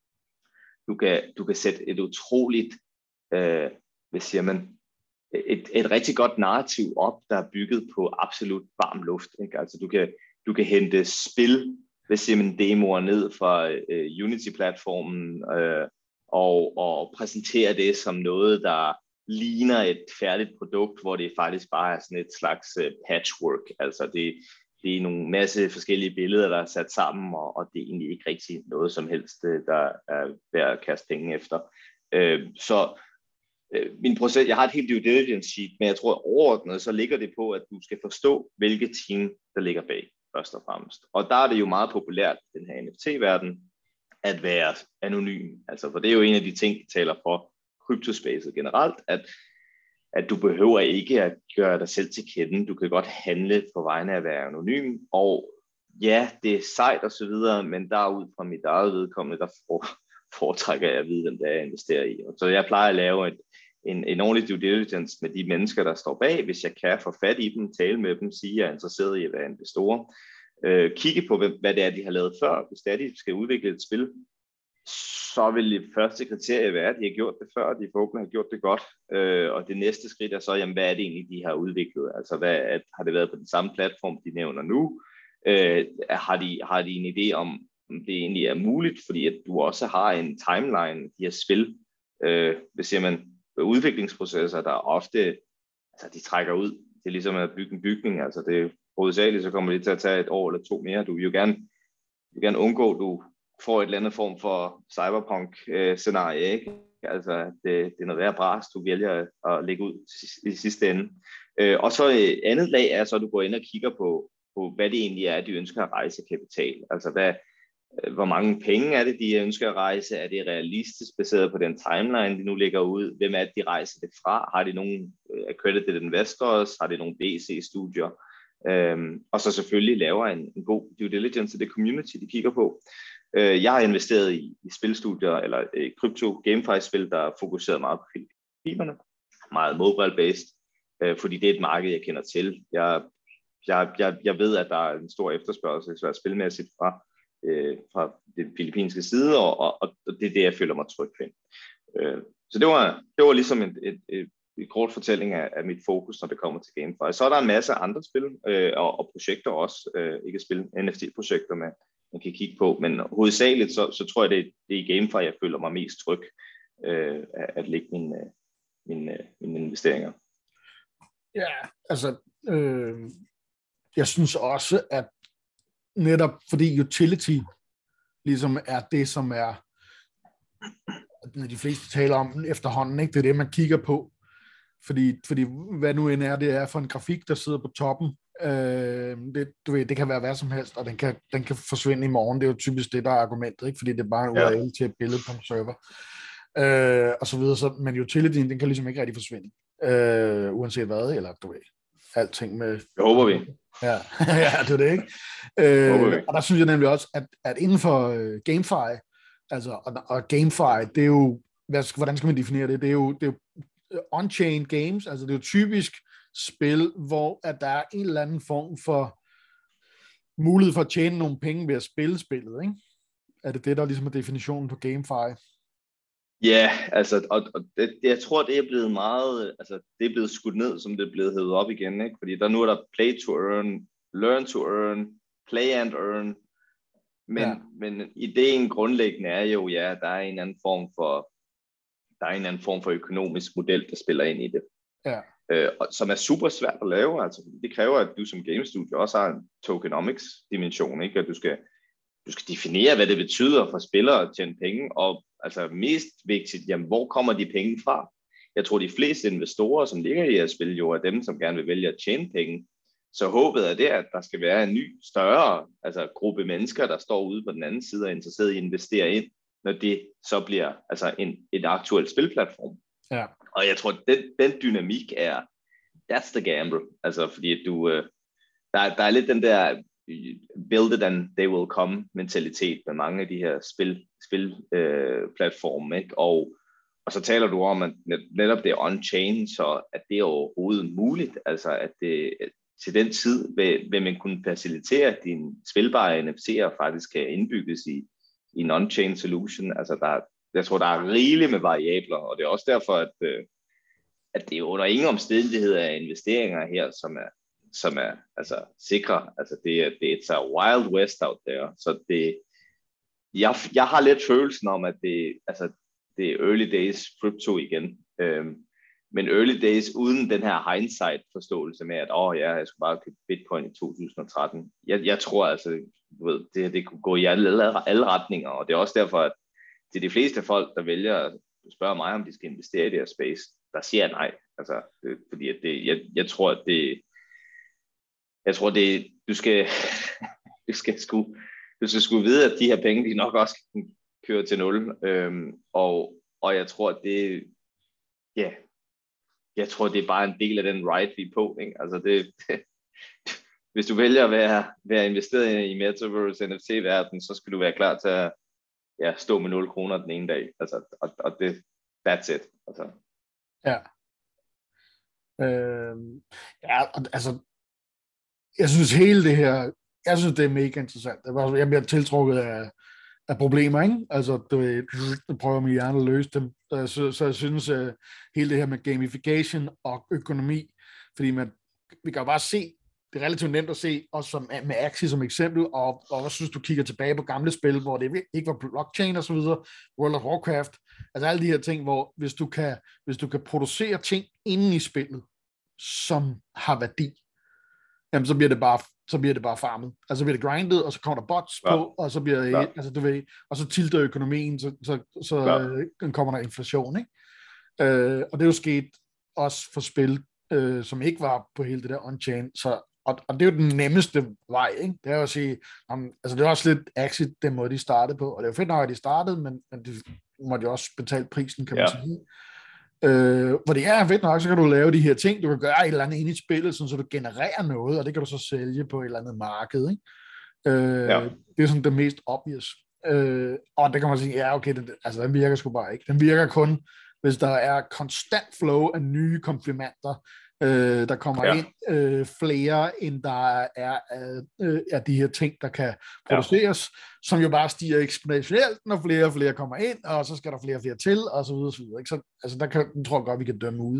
S2: du kan sætte et utroligt, hvad siger man, et rigtig godt narrativ op, der er bygget på absolut varm luft. Ikke? Altså du kan hente spil, hvad siger man, demoer ned fra Unity-platformen og præsentere det som noget, der ligner et færdigt produkt, hvor det faktisk bare er sådan et slags patchwork. Altså det er nogle masse forskellige billeder, der er sat sammen, og det er egentlig ikke rigtig noget som helst, der er værd at kaste penge efter. Så min proces, jeg har et helt due diligence sheet, men jeg tror overordnet, så ligger det på, at du skal forstå, hvilket team, der ligger bag, først og fremmest. Og der er det jo meget populært i den her NFT-verden, at være anonym. Altså, for det er jo en af de ting, der taler for kryptospacet generelt, at du behøver ikke at gøre dig selv til kende. Du kan godt handle på vegne af at være anonym, og ja, det er sejt og så videre, men derud fra mit eget vedkommende, der foretrækker jeg at vide, hvem det er, jeg investerer i. Og så jeg plejer at lave en ordentlig due diligence med de mennesker, der står bag, hvis jeg kan få fat i dem, tale med dem, sige, at jeg er interesseret i at være investorer. Kigge på, hvad det er, de har lavet før, hvis det er, de skal udvikle et spil. Så vil det første kriterie være, at de har gjort det før, og de forhåbentlig har gjort det godt. Og det næste skridt er så, jamen, hvad er det egentlig, de har udviklet? Altså, har det været på den samme platform, de nævner nu? Har de en idé om det egentlig er muligt? Fordi at du også har en timeline, de her spil. Hvis siger man, udviklingsprocesser, der ofte, altså de trækker ud. Det er ligesom at bygge en bygning. Altså det er hovedsageligt, så kommer det til at tage et år eller to mere. Du vil jo gerne undgå, at du får et eller andet form for cyberpunk-scenarie, ikke? Altså, det er noget værd bras, du vælger at lægge ud i sidste ende. Og så et andet lag er så, at du går ind og kigger på, hvad det egentlig er, de ønsker at rejse kapital. Altså, hvor mange penge er det, de ønsker at rejse? Er det realistisk baseret på den timeline, de nu lægger ud? Hvem er det, de rejser det fra? Har de nogle accredited investors? Har de nogle VC-studier? Og så selvfølgelig laver en god due diligence til det community, de kigger på. Jeg har investeret i spilstudier eller krypto GameFi-spil, der er fokuseret meget på bilerne. Meget mobile-based, fordi det er et marked, jeg kender til. Jeg ved, at der er en stor efterspørgsel, så spilmæssigt fra den filippinske side, og det er det, jeg føler mig tryg ved. Så det var ligesom et kort fortælling af mit fokus, når det kommer til GameFi. Så er der en masse andre spil og projekter også, ikke spil, NFT-projekter, man kan kigge på, men hovedsageligt så tror jeg, det er i GameFi, jeg føler mig mest tryg at lægge mine investeringer.
S1: Ja, altså, jeg synes også, at netop fordi utility ligesom er det, som er, de fleste taler om efterhånden, ikke? Det er det, man kigger på. Fordi hvad nu end er, det er for en grafik, der sidder på toppen. Det kan være hvad som helst, og den kan forsvinde i morgen. Det er jo typisk det, der er argumentet, ikke? Fordi det er bare en URL til et billede på en server. Og så videre. Men utilityen, den kan ligesom ikke rigtig forsvinde. Uanset hvad, eller alting med...
S2: Det håber vi.
S1: Ja, ja, det er det, ikke? Og der synes jeg nemlig også, at inden for GameFi, altså, og GameFi, det er jo, hvordan skal man definere det? Det er jo on-chain games, altså det er jo typisk spil, hvor at der er en eller anden form for mulighed for at tjene nogle penge ved at spille spillet, ikke? Er det det, der ligesom er definitionen på GameFi?
S2: Ja, altså, og jeg tror, det er blevet meget, altså, det er blevet skudt ned, som det er blevet hævet op igen, ikke? Fordi nu er der play to earn, learn to earn, play and earn, men ideen grundlæggende er jo, ja, der er en anden form for økonomisk model, der spiller ind i det.
S1: Ja.
S2: Som er super svært at lave, altså det kræver, at du som gamestudio også har en tokenomics dimension, ikke? At du skal definere, hvad det betyder for spillere at tjene penge, og altså mest vigtigt, jamen, hvor kommer de penge fra? Jeg tror, de fleste investorer, som ligger i at spille, jo er dem, som gerne vil vælge at tjene penge. Så håbet er det, at der skal være en ny, større gruppe mennesker, der står ude på den anden side og er interesseret i at investere ind, når det så bliver en aktuel spilplatform.
S1: Ja.
S2: Og jeg tror, den dynamik er, that's the gamble. Altså, fordi der er lidt den der build it and they will come mentalitet med mange af de her spilplatforme, ikke? Og så taler du om, at netop det er on-chain, så at det er overhovedet muligt, altså at det til den tid vil man kunne facilitere, at dine spilbare NFT'er faktisk kan indbygges i en on-chain solution. Altså jeg tror, der er rigeligt med variabler, og det er også derfor, at det under ingen omstændigheder er investeringer her, som er altså sikre. Altså det er et wild west out there. Så jeg har lidt følelsen om, at det er early days crypto igen. Men early days uden den her hindsight-forståelse med, at jeg skulle bare købe Bitcoin i 2013. Jeg tror altså, du ved, det kunne gå i alle retninger, og det er også derfor, at til de fleste folk, der vælger at spørge mig, om de skal investere i det her space, der siger jeg nej. Altså, fordi at jeg tror, du skal sgu vide, at de her penge, de nok også kan køre til 0. Og jeg tror, at jeg tror, det er bare en del af den ride, vi er på, ikke? Altså hvis du vælger at være investeret i Metaverse NFT-verden, så skal du være klar til at stå med 0 kroner den ene dag. Altså, og det, that's it. Altså.
S1: Ja. Altså, jeg synes hele det her, det er mega interessant. Jeg bliver tiltrukket af problemer, ikke? Altså, du prøver med hjerne at løse dem. Så jeg synes, hele det her med gamification og økonomi, fordi vi kan jo bare se, det er relativt nemt at se, også med Axie som eksempel, og også synes, du kigger tilbage på gamle spil, hvor det ikke var blockchain og så videre, World of Warcraft, altså alle de her ting, hvor hvis du kan producere ting inde i spillet, som har værdi, jamen så bliver det bare farmet. Altså så bliver det grindet, og så kommer der bots på, og så bliver det, altså du ved, og så tilter økonomien, så kommer der inflation, ikke? Og det er jo sket også for spil, som ikke var på hele det der on-chain, og det er jo den nemmeste vej, ikke? Det er jo at sige, altså det er også lidt Axie, den måde de startede på, og det er jo fedt nok, at de startede, men de måtte jo også betale prisen, kan man sige. Hvor det er fedt nok, så kan du lave de her ting, du kan gøre et eller andet inde i spillet, så du genererer noget, og det kan du så sælge på et eller andet marked, ikke? Det er sådan det mest obvious. Og det kan man sige, okay, den virker sgu bare ikke. Den virker kun, hvis der er konstant flow af nye komplimenter, der kommer ind flere, end der er af de her ting, der kan produceres, som jo bare stiger eksponentielt, når flere og flere kommer ind, og så skal der flere og flere til, og så videre, og så videre. Ikke? Så altså, tror jeg godt, vi kan dømme ud.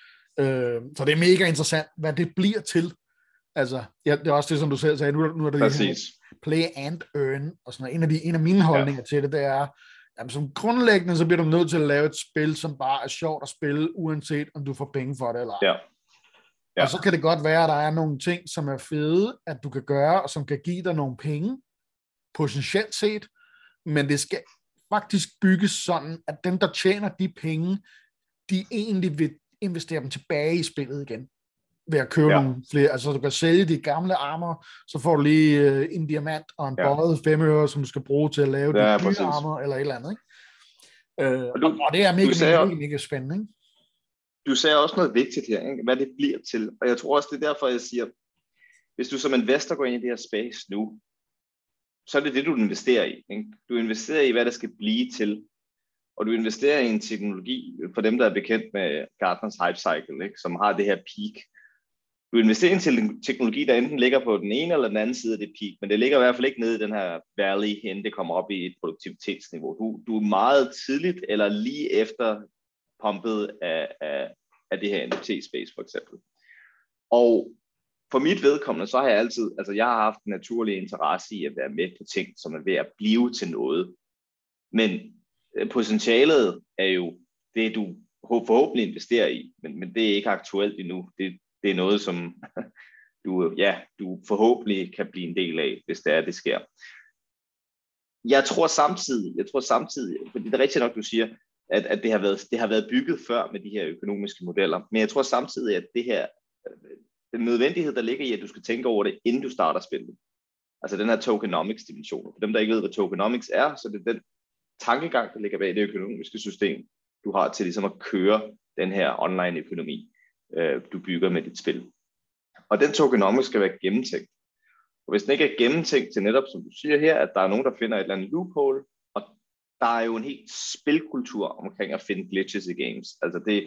S1: Så det er mega interessant, hvad det bliver til. Altså, det er også det, som du selv sagde, nu er det her play and earn, og sådan noget. En af mine holdninger til det er, jamen, som grundlæggende, så bliver du nødt til at lave et spil, som bare er sjovt at spille, uanset om du får penge for det eller ej. Og så kan det godt være, at der er nogle ting, som er fede, at du kan gøre, og som kan give dig nogle penge, potentielt set, men det skal faktisk bygges sådan, at dem, der tjener de penge, de egentlig vil investere dem tilbage i spillet igen, ved at købe nogle flere. Altså, du kan sælge de gamle armor, så får du lige en diamant og en bøjet 5 øre, som du skal bruge til at lave de nye armor, eller et eller andet, ikke? Og det er mega spændende, ikke?
S2: Du sagde også noget vigtigt her, ikke? Hvad det bliver til. Og jeg tror også, det er derfor, jeg siger, hvis du som investor går ind i det her space nu, så er det det, du investerer i. Ikke? Du investerer i, hvad der skal blive til. Og du investerer i en teknologi, for dem, der er bekendt med Gartners Hype Cycle, ikke? Som har det her peak. Du investerer i en teknologi, der enten ligger på den ene eller den anden side af det peak, men det ligger i hvert fald ikke nede i den her valley, inden det kommer op i et produktivitetsniveau. Du er meget tidligt eller lige efter pumpet af det her NFT-space, for eksempel. Og for mit vedkommende, så har jeg altid, altså jeg har haft en naturlig interesse i at være med på ting, som er ved at blive til noget. Men potentialet er jo det, du forhåbentlig investerer i, men det er ikke aktuelt endnu. Det er noget, som du forhåbentlig kan blive en del af, hvis det sker. Jeg tror samtidig, fordi det er rigtigt nok, du siger, at det har været bygget før med de her økonomiske modeller, men jeg tror samtidig, at det her, den nødvendighed, der ligger i, at du skal tænke over det, inden du starter spillet. Altså den her tokenomics-dimension. For dem, der ikke ved, hvad tokenomics er, så det er den tankegang, der ligger bag det økonomiske system, du har til ligesom at køre den her online økonomi, du bygger med dit spil. Og den tokenomics skal være gennemtænkt. Og hvis den ikke er gennemtænkt til netop, som du siger her, at der er nogen, der finder et eller andet loophole, og der er jo en helt spilkultur omkring at finde glitches i games. Altså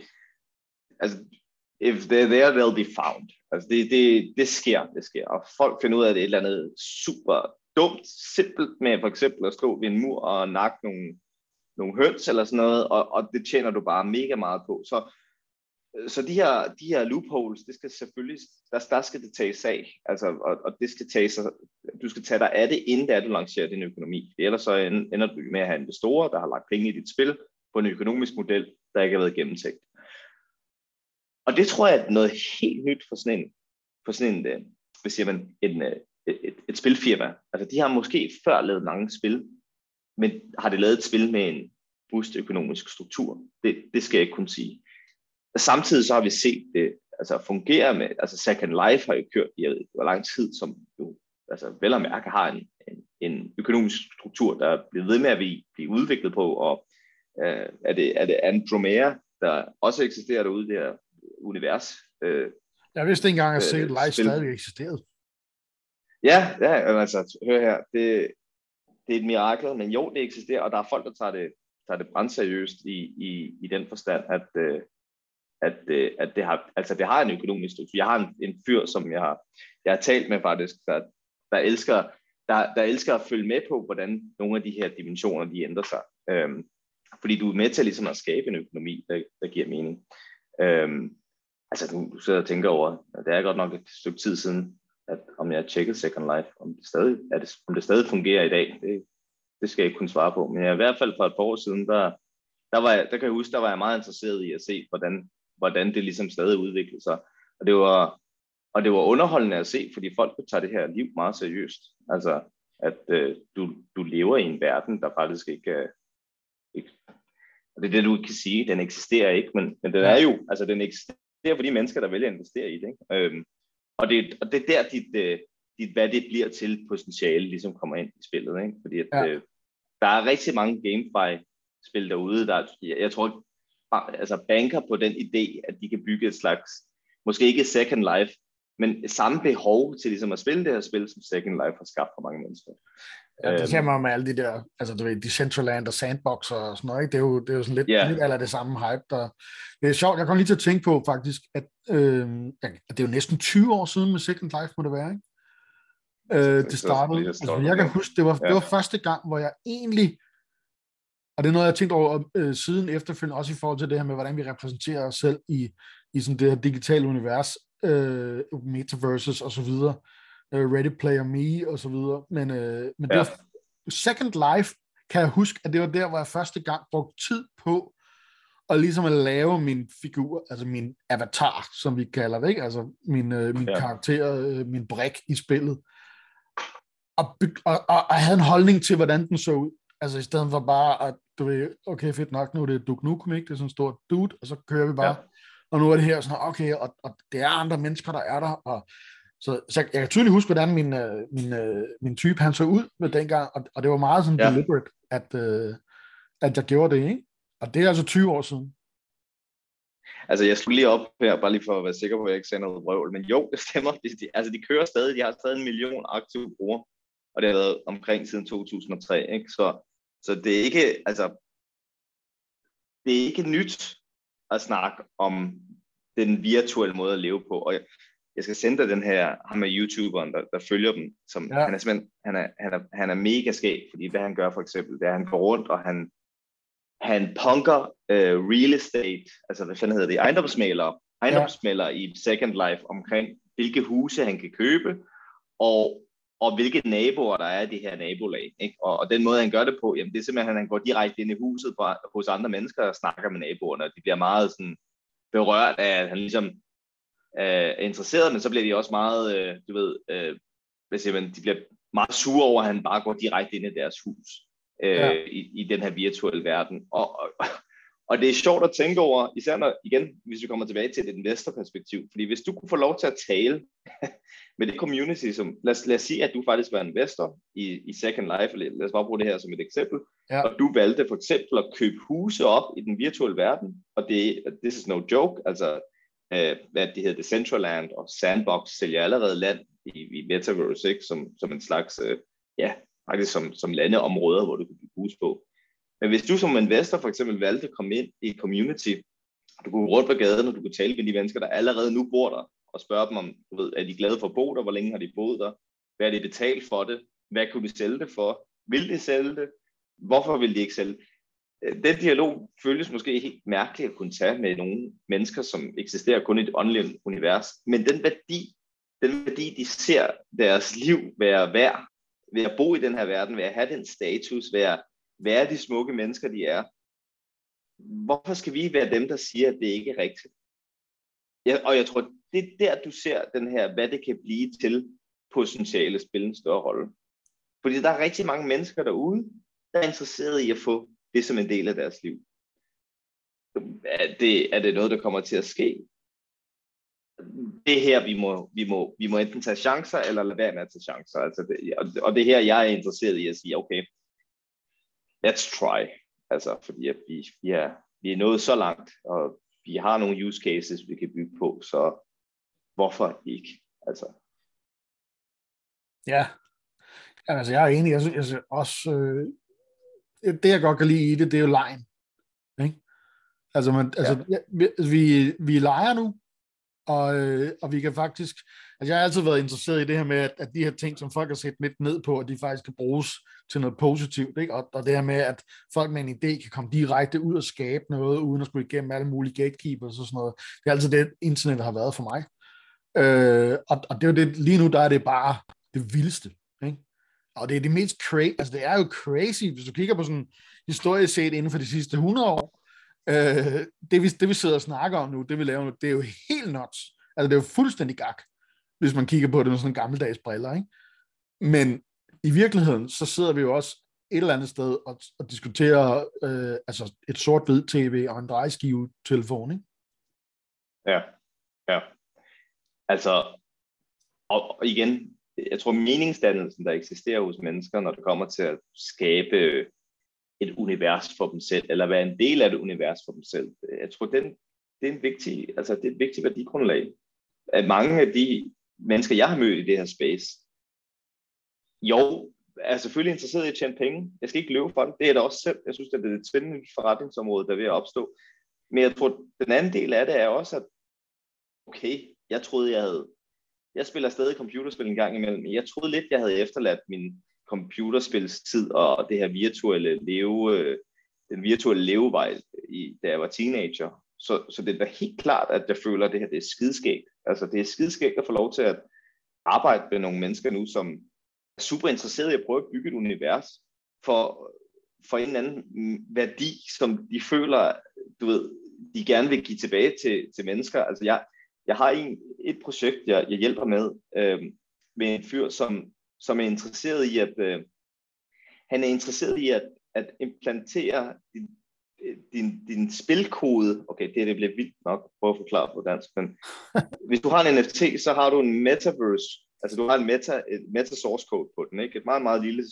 S2: if they're there, they'll be found. Altså det sker. Og folk finder ud af, at det er et eller andet super dumt, simpelt med for eksempel at stå ved en mur og nakke nogle høns eller sådan noget, og det tjener du bare mega meget på. Så de her loopholes, det skal selvfølgelig, der skal det tages af, altså, og det skal tages, du skal tage dig af det, inden du lancerer din økonomi. Ellers så ender du med at have investorer, der har lagt penge i dit spil, på en økonomisk model, der ikke har været gennemtænkt. Og det tror jeg er noget helt nyt for sådan en hvad siger man, et spilfirma. Altså de har måske før lavet mange spil, men har det lavet et spil med en robust økonomisk struktur? Det skal jeg ikke kunne sige. Samtidig så har vi set det altså fungere med, altså Second Life har jo kørt i hvor lang tid, som jo altså vel at mærke har en økonomisk struktur, der er blevet ved med at blive udviklet på, og er det Andromeda, der også eksisterer derude, det her univers.
S1: Jeg vidste ikke engang, at Second Life stadig eksisterede.
S2: Ja, altså hør her, det er et mirakel, men jo, det eksisterer, og der er folk, der tager det brændseriøst i den forstand, at det har en økonomisk struktur. Jeg har en fyr, som jeg har talt med faktisk, der elsker at følge med på, hvordan nogle af de her dimensioner, de ændrer sig. Fordi du er med til ligesom at skabe en økonomi, der giver mening. Altså du sidder og tænker over, det er godt nok et stykke tid siden, at om jeg har tjekket Second Life, om det stadig fungerer i dag, det skal jeg ikke kunne svare på. Men i hvert fald for et par år siden, der kan jeg huske, der var jeg meget interesseret i at se, hvordan det ligesom stadig udviklede sig. Og det var underholdende at se, fordi folk tager det her liv meget seriøst. Altså, at du lever i en verden, der faktisk ikke og det er det, du kan sige, den eksisterer ikke, men den er jo, altså den eksisterer for de mennesker, der vælger at investere i det. Ikke? Og det er der, hvad det bliver til potentiale, ligesom kommer ind i spillet. Ikke? Fordi der er rigtig mange GameFi-spil derude, jeg tror, altså banker på den idé, at de kan bygge et slags, måske ikke Second Life, men samme behov til ligesom at spille det her spil, som Second Life har skabt for mange mennesker.
S1: Ja, det ser man med alle de der, altså du ved, Decentraland og Sandbox og sådan noget, ikke? Det er jo sådan lidt eller det samme hype, der... Det er sjovt, jeg kom lige til at tænke på faktisk, at det er jo næsten 20 år siden med Second Life, må det være, ikke? Det startede, altså jeg kan huske, det var første gang, hvor jeg egentlig, og det er noget, jeg har tænkt over siden efterfølgende, også i forhold til det her med, hvordan vi repræsenterer os selv i sådan det her digitale univers, metaverses og så videre, Ready Player Me og så videre, men det var Second Life, kan jeg huske, at det var der, hvor jeg første gang brugte tid på at ligesom at lave min figur, altså min avatar, som vi kalder det, ikke? Altså min karakter, min brik i spillet, og havde en holdning til, hvordan den så ud. Altså i stedet for bare, at du ved, okay, fedt nok, nu er det Duke Nukem, ikke? Det er sådan en stor dude, og så kører vi bare. Og nu er det her sådan, okay, og det er andre mennesker, der er der, og så jeg kan tydeligt huske, hvordan min type, han så ud med dengang, og det var meget sådan deliberate, at jeg gjorde det, ikke? Og det er altså 20 år siden.
S2: Altså, jeg skulle lige op her, bare lige for at være sikker på, at jeg ikke sender noget vrøvl, men jo, det stemmer. De kører stadig, de har stadig 1 million aktive brugere, og det har været omkring siden 2003, ikke? Så det er ikke, altså, det er ikke nyt at snakke om den virtuelle måde at leve på, og jeg skal sende dig den her, ham med YouTuberen, der følger dem, som han er simpelthen, han er mega skæg, fordi hvad han gør for eksempel, det er, at han går rundt, og han punker real estate, altså hvad fanden hedder det, ejendomsmælere i Second Life omkring, hvilke huse han kan købe, og hvilke naboer der er i det her nabolag, ikke? Og den måde han gør det på, jamen det er simpelthen, at han går direkte ind i huset hos andre mennesker og snakker med naboerne, og de bliver meget sådan berørt af, at han ligesom interesseret, men så bliver de også meget, hvad siger man, de bliver meget sure over, at han bare går direkte ind i deres hus i den her virtuelle verden. Og det er sjovt at tænke over, især når, igen, hvis vi kommer tilbage til et investorperspektiv, fordi hvis du kunne få lov til at tale med det community, som, lad os sige, at du faktisk var investor i Second Life, eller lad os bare bruge det her som et eksempel, og du valgte for eksempel at købe huse op i den virtuelle verden, og this is no joke, altså hvad det hedder, Decentraland og Sandbox sælger allerede land i Metaverse, ikke? Som en slags, faktisk som landeområder, hvor du kan bygge hus på. Men hvis du som investor for eksempel valgte at komme ind i et community, du kunne gå rundt på gaden, og du kunne tale med de mennesker, der allerede nu bor der, og spørge dem om, du ved, er de glade for at bo der, hvor længe har de boet der, hvad er de betalt for det, hvad kunne de sælge det for, vil de sælge det, hvorfor vil de ikke sælge det? Den dialog føles måske helt mærkeligt at kunne tage med nogle mennesker, som eksisterer kun i et online univers, men den værdi, de ser deres liv være værd, ved at bo i den her verden, ved at have den status, ved at være de smukke mennesker, de er. Hvorfor skal vi være dem, der siger, at det ikke er rigtigt? Og jeg tror, det er der, du ser den her, hvad det kan blive til potentiale spille en større rolle. Fordi der er rigtig mange mennesker derude, der er interesseret i at få det som en del af deres liv. Er det noget, der kommer til at ske? Det her, vi må enten tage chancer, eller lade være med at tage chancer. Altså og det er her, jeg er interesseret i at sige, okay, let's try. Altså, fordi at vi er nået så langt, og vi har nogle use cases, vi kan bygge på, så hvorfor ikke? Altså.
S1: Ja, altså jeg er enig. Jeg synes også, det jeg godt kan lide i det, det er jo lejen. Ikke? Altså, vi leger nu, og vi kan faktisk, altså jeg har altid været interesseret i det her med, at de her ting, som folk har set lidt ned på, at de faktisk kan bruges til noget positivt, ikke? Og det her med, at folk med en idé kan komme direkte ud og skabe noget, uden at skulle igennem alle mulige gatekeepers og sådan noget. Det er altid det, internet har været for mig. Og det er jo det, lige nu der er det bare det vildeste, ikke? Og det er det mest crazy, altså det er jo crazy, hvis du kigger på sådan historisk set inden for de sidste 100 år, det vi sidder og snakker om nu, det vi laver nu, det er jo helt nuts. Altså det er jo fuldstændig gak, hvis man kigger på det med sådan gammeldags briller, ikke? Men i virkeligheden, så sidder vi jo også et eller andet sted og diskuterer altså et sort-hvid tv og en drejeskive-telefon, ikke?
S2: Ja. Altså, og igen, jeg tror meningsdannelsen, der eksisterer hos mennesker, når det kommer til at skabe et univers for dem selv, eller være en del af et univers for dem selv. Jeg tror, det er et vigtigt værdigrundlag. At mange af de mennesker, jeg har mødt i det her space, jo, er selvfølgelig interesseret i at tjene penge. Jeg skal ikke løbe for det. Det er det også selv. Jeg synes, det er et spændende forretningsområde, der er ved at opstå. Men jeg tror, den anden del af det er også, at okay, jeg troede, jeg spiller stadig computerspil en gang imellem, men jeg troede lidt, jeg havde efterladt min computerspilstid og det her den virtuelle levevej, da jeg var teenager. Så det er helt klart, at jeg føler, at det her det er skideskægt. Altså, det er skideskægt at få lov til at arbejde med nogle mennesker nu, som er super interesserede i at prøve at bygge et univers for en eller anden værdi, som de føler, du ved, de gerne vil give tilbage til mennesker. Altså, jeg har et projekt, jeg hjælper med en fyr, som er interesseret i han er interesseret i at implantere din spilkode. Okay, det bliver vildt nok at prøve at forklare på dansk, men hvis du har en NFT, så har du en metaverse. Altså du har et meta source code på den, ikke? Et meget, meget lille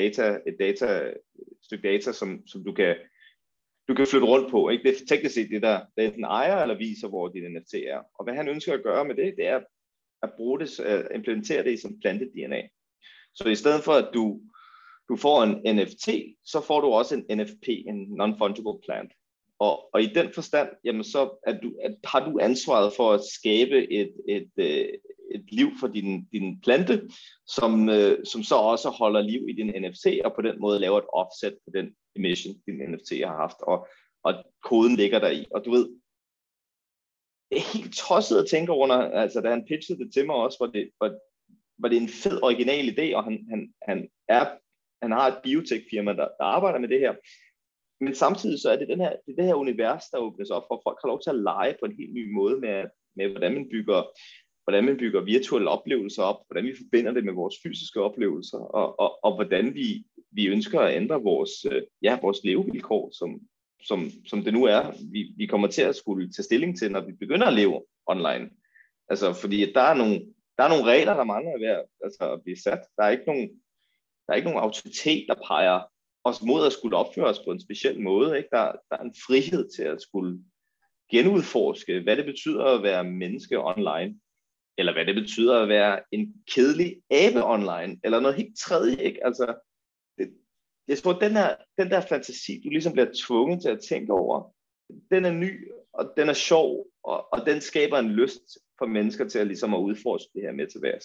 S2: stykke data, som du kan flytte rundt på, ikke? Det er teknisk set det der enten ejer eller viser, hvor din NFT er. Og hvad han ønsker at gøre med det er at bruge det, at implementere det som plante-DNA. Så i stedet for, at du får en NFT, så får du også en NFP, en non-fungible plant. Og i den forstand, jamen så har du ansvaret for at skabe et liv for din plante, som så også holder liv i din NFT, og på den måde laver et offset på den emission, din NFT har haft, og koden ligger der i. Og du ved, det er helt tosset at tænke over, altså da han pitchede det til mig også, var det en fed original idé, og han har et biotech-firma, der arbejder med det her. Men samtidig så er det det her univers, der åbnes op, for folk har lov til at lege på en helt ny måde med hvordan man bygger virtuelle oplevelser op, hvordan vi forbinder det med vores fysiske oplevelser, og hvordan vi ønsker at ændre vores levevilkår, som det nu er. Vi kommer til at skulle tage stilling til, når vi begynder at leve online. Altså, fordi der er nogle regler, der mangler at blive sat. Der er ikke nogen autoritet, der peger os mod at skulle opføre os på en speciel måde. Ikke? Der er en frihed til at skulle genudforske, hvad det betyder at være menneske online, eller hvad det betyder at være en kedelig abe online, eller noget helt tredje. Ikke? Altså, jeg tror, den der fantasi, du ligesom bliver tvunget til at tænke over, den er ny, og den er sjov, og den skaber en lyst for mennesker til at ligesom at udforske det her metavers.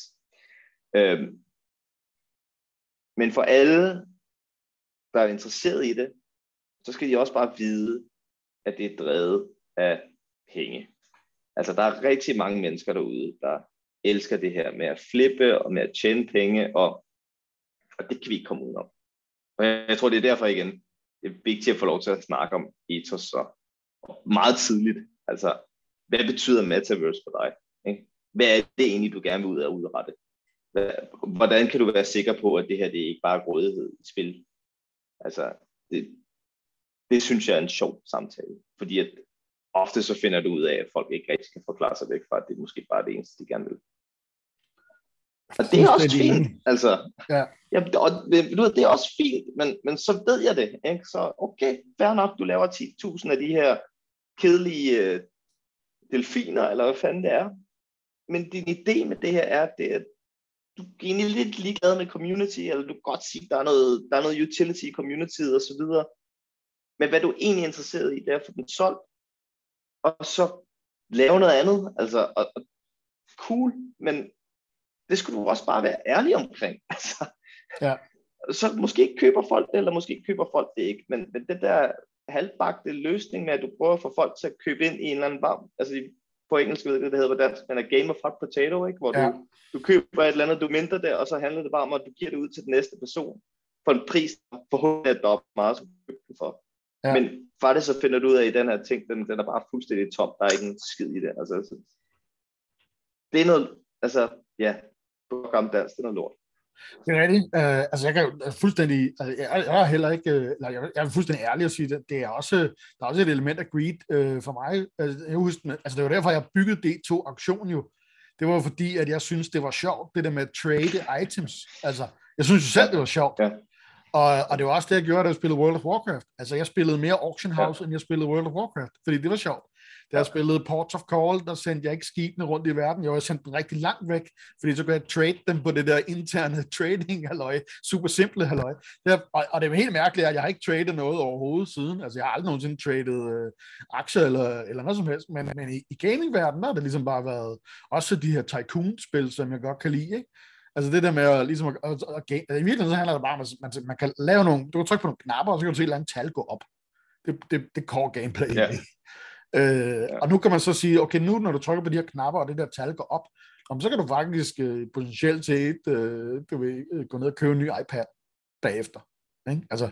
S2: Men for alle, der er interesseret i det, så skal de også bare vide, at det er drevet af penge. Altså, der er rigtig mange mennesker derude, der elsker det her med at flippe og med at tjene penge, og det kan vi ikke komme ud om. Og jeg tror, det er derfor igen, det er vigtigt at få lov til at snakke om ethos så meget tidligt. Altså, hvad betyder metaverse for dig? Ikke? Hvad er det egentlig, du gerne vil ud og udrette? Hvordan kan du være sikker på, at det her det er ikke bare er grådighed i spil? Altså, det synes jeg er en sjov samtale. Fordi at ofte så finder du ud af, at folk ikke rigtig kan forklare sig væk fra, at det er måske bare det eneste, de gerne vil. Og det er også fint, altså. Ja. Og du ved, det er også fint, men så ved jeg det, ikke? Så okay, fair nok, du laver 10.000 af de her kedelige delfiner, eller hvad fanden det er. Men din idé med det her er, at du er egentlig lidt ligeglad med community, eller du kan godt sige, at der er noget utility i communityet, og så videre. Men hvad du er egentlig interesseret i, det er at få den solgt, og så lave noget andet. Altså, og cool, men det skulle du også bare være ærlig omkring. Altså, ja. Så måske køber folk det, eller måske køber folk det ikke, men det der halvbagte løsning med, at du prøver at få folk til at købe ind i en eller anden varm, altså på engelsk ved jeg det hedder på dansk, men a game of hot potato, ikke? Hvor du køber et eller andet, du mindre der, og så handler det bare om, at du giver det ud til den næste person for en pris, der forhåbentlig er dobbelt meget, som du køber det for. Ja. Men faktisk så finder du ud af, at den her ting, den er bare fuldstændig tom, der er ikke en skid i det. Altså, det er noget, altså, ja, på gammel dansk, det er noget lort.
S1: Det er rigtigt. Altså jeg kan jo fuldstændig, altså, jeg er heller ikke, jeg er fuldstændig ærlig at sige det. Det er også, der er også et element af greed for mig. Altså det var derfor jeg byggede D2-auktion jo. Det var fordi at jeg synes det var sjovt det der med at trade items. Altså jeg synes jo selv det var sjovt. Ja. Og det var også det jeg gjorde da jeg spillede World of Warcraft. Altså jeg spillede mere Auction House end jeg spillede World of Warcraft, fordi det var sjovt. Da jeg spillede Ports of Call, der sendte jeg ikke skibene rundt i verden. Jeg sendte dem rigtig langt væk, fordi så kunne jeg trade dem på det der interne trading-halløj. Super simple halløj. Og det er helt mærkeligt, at jeg har ikke tradet noget overhovedet siden. Altså, jeg har aldrig nogensinde tradet aktier eller noget som helst. Men i gaming-verdenen har det ligesom bare været også de her tycoon-spil, som jeg godt kan lide, ikke? Altså det der med at ligesom i virkeligheden så handler det bare om, at man kan lave nogle, du kan trykke på nogle knapper, og så kan du se et eller andet tal gå op. Det core gameplay. Yeah. Og nu kan man så sige, okay, nu når du trykker på de her knapper, og det der tal går op, så kan du faktisk potentielt til gå ned og købe en ny iPad bagefter. Ikke? Altså,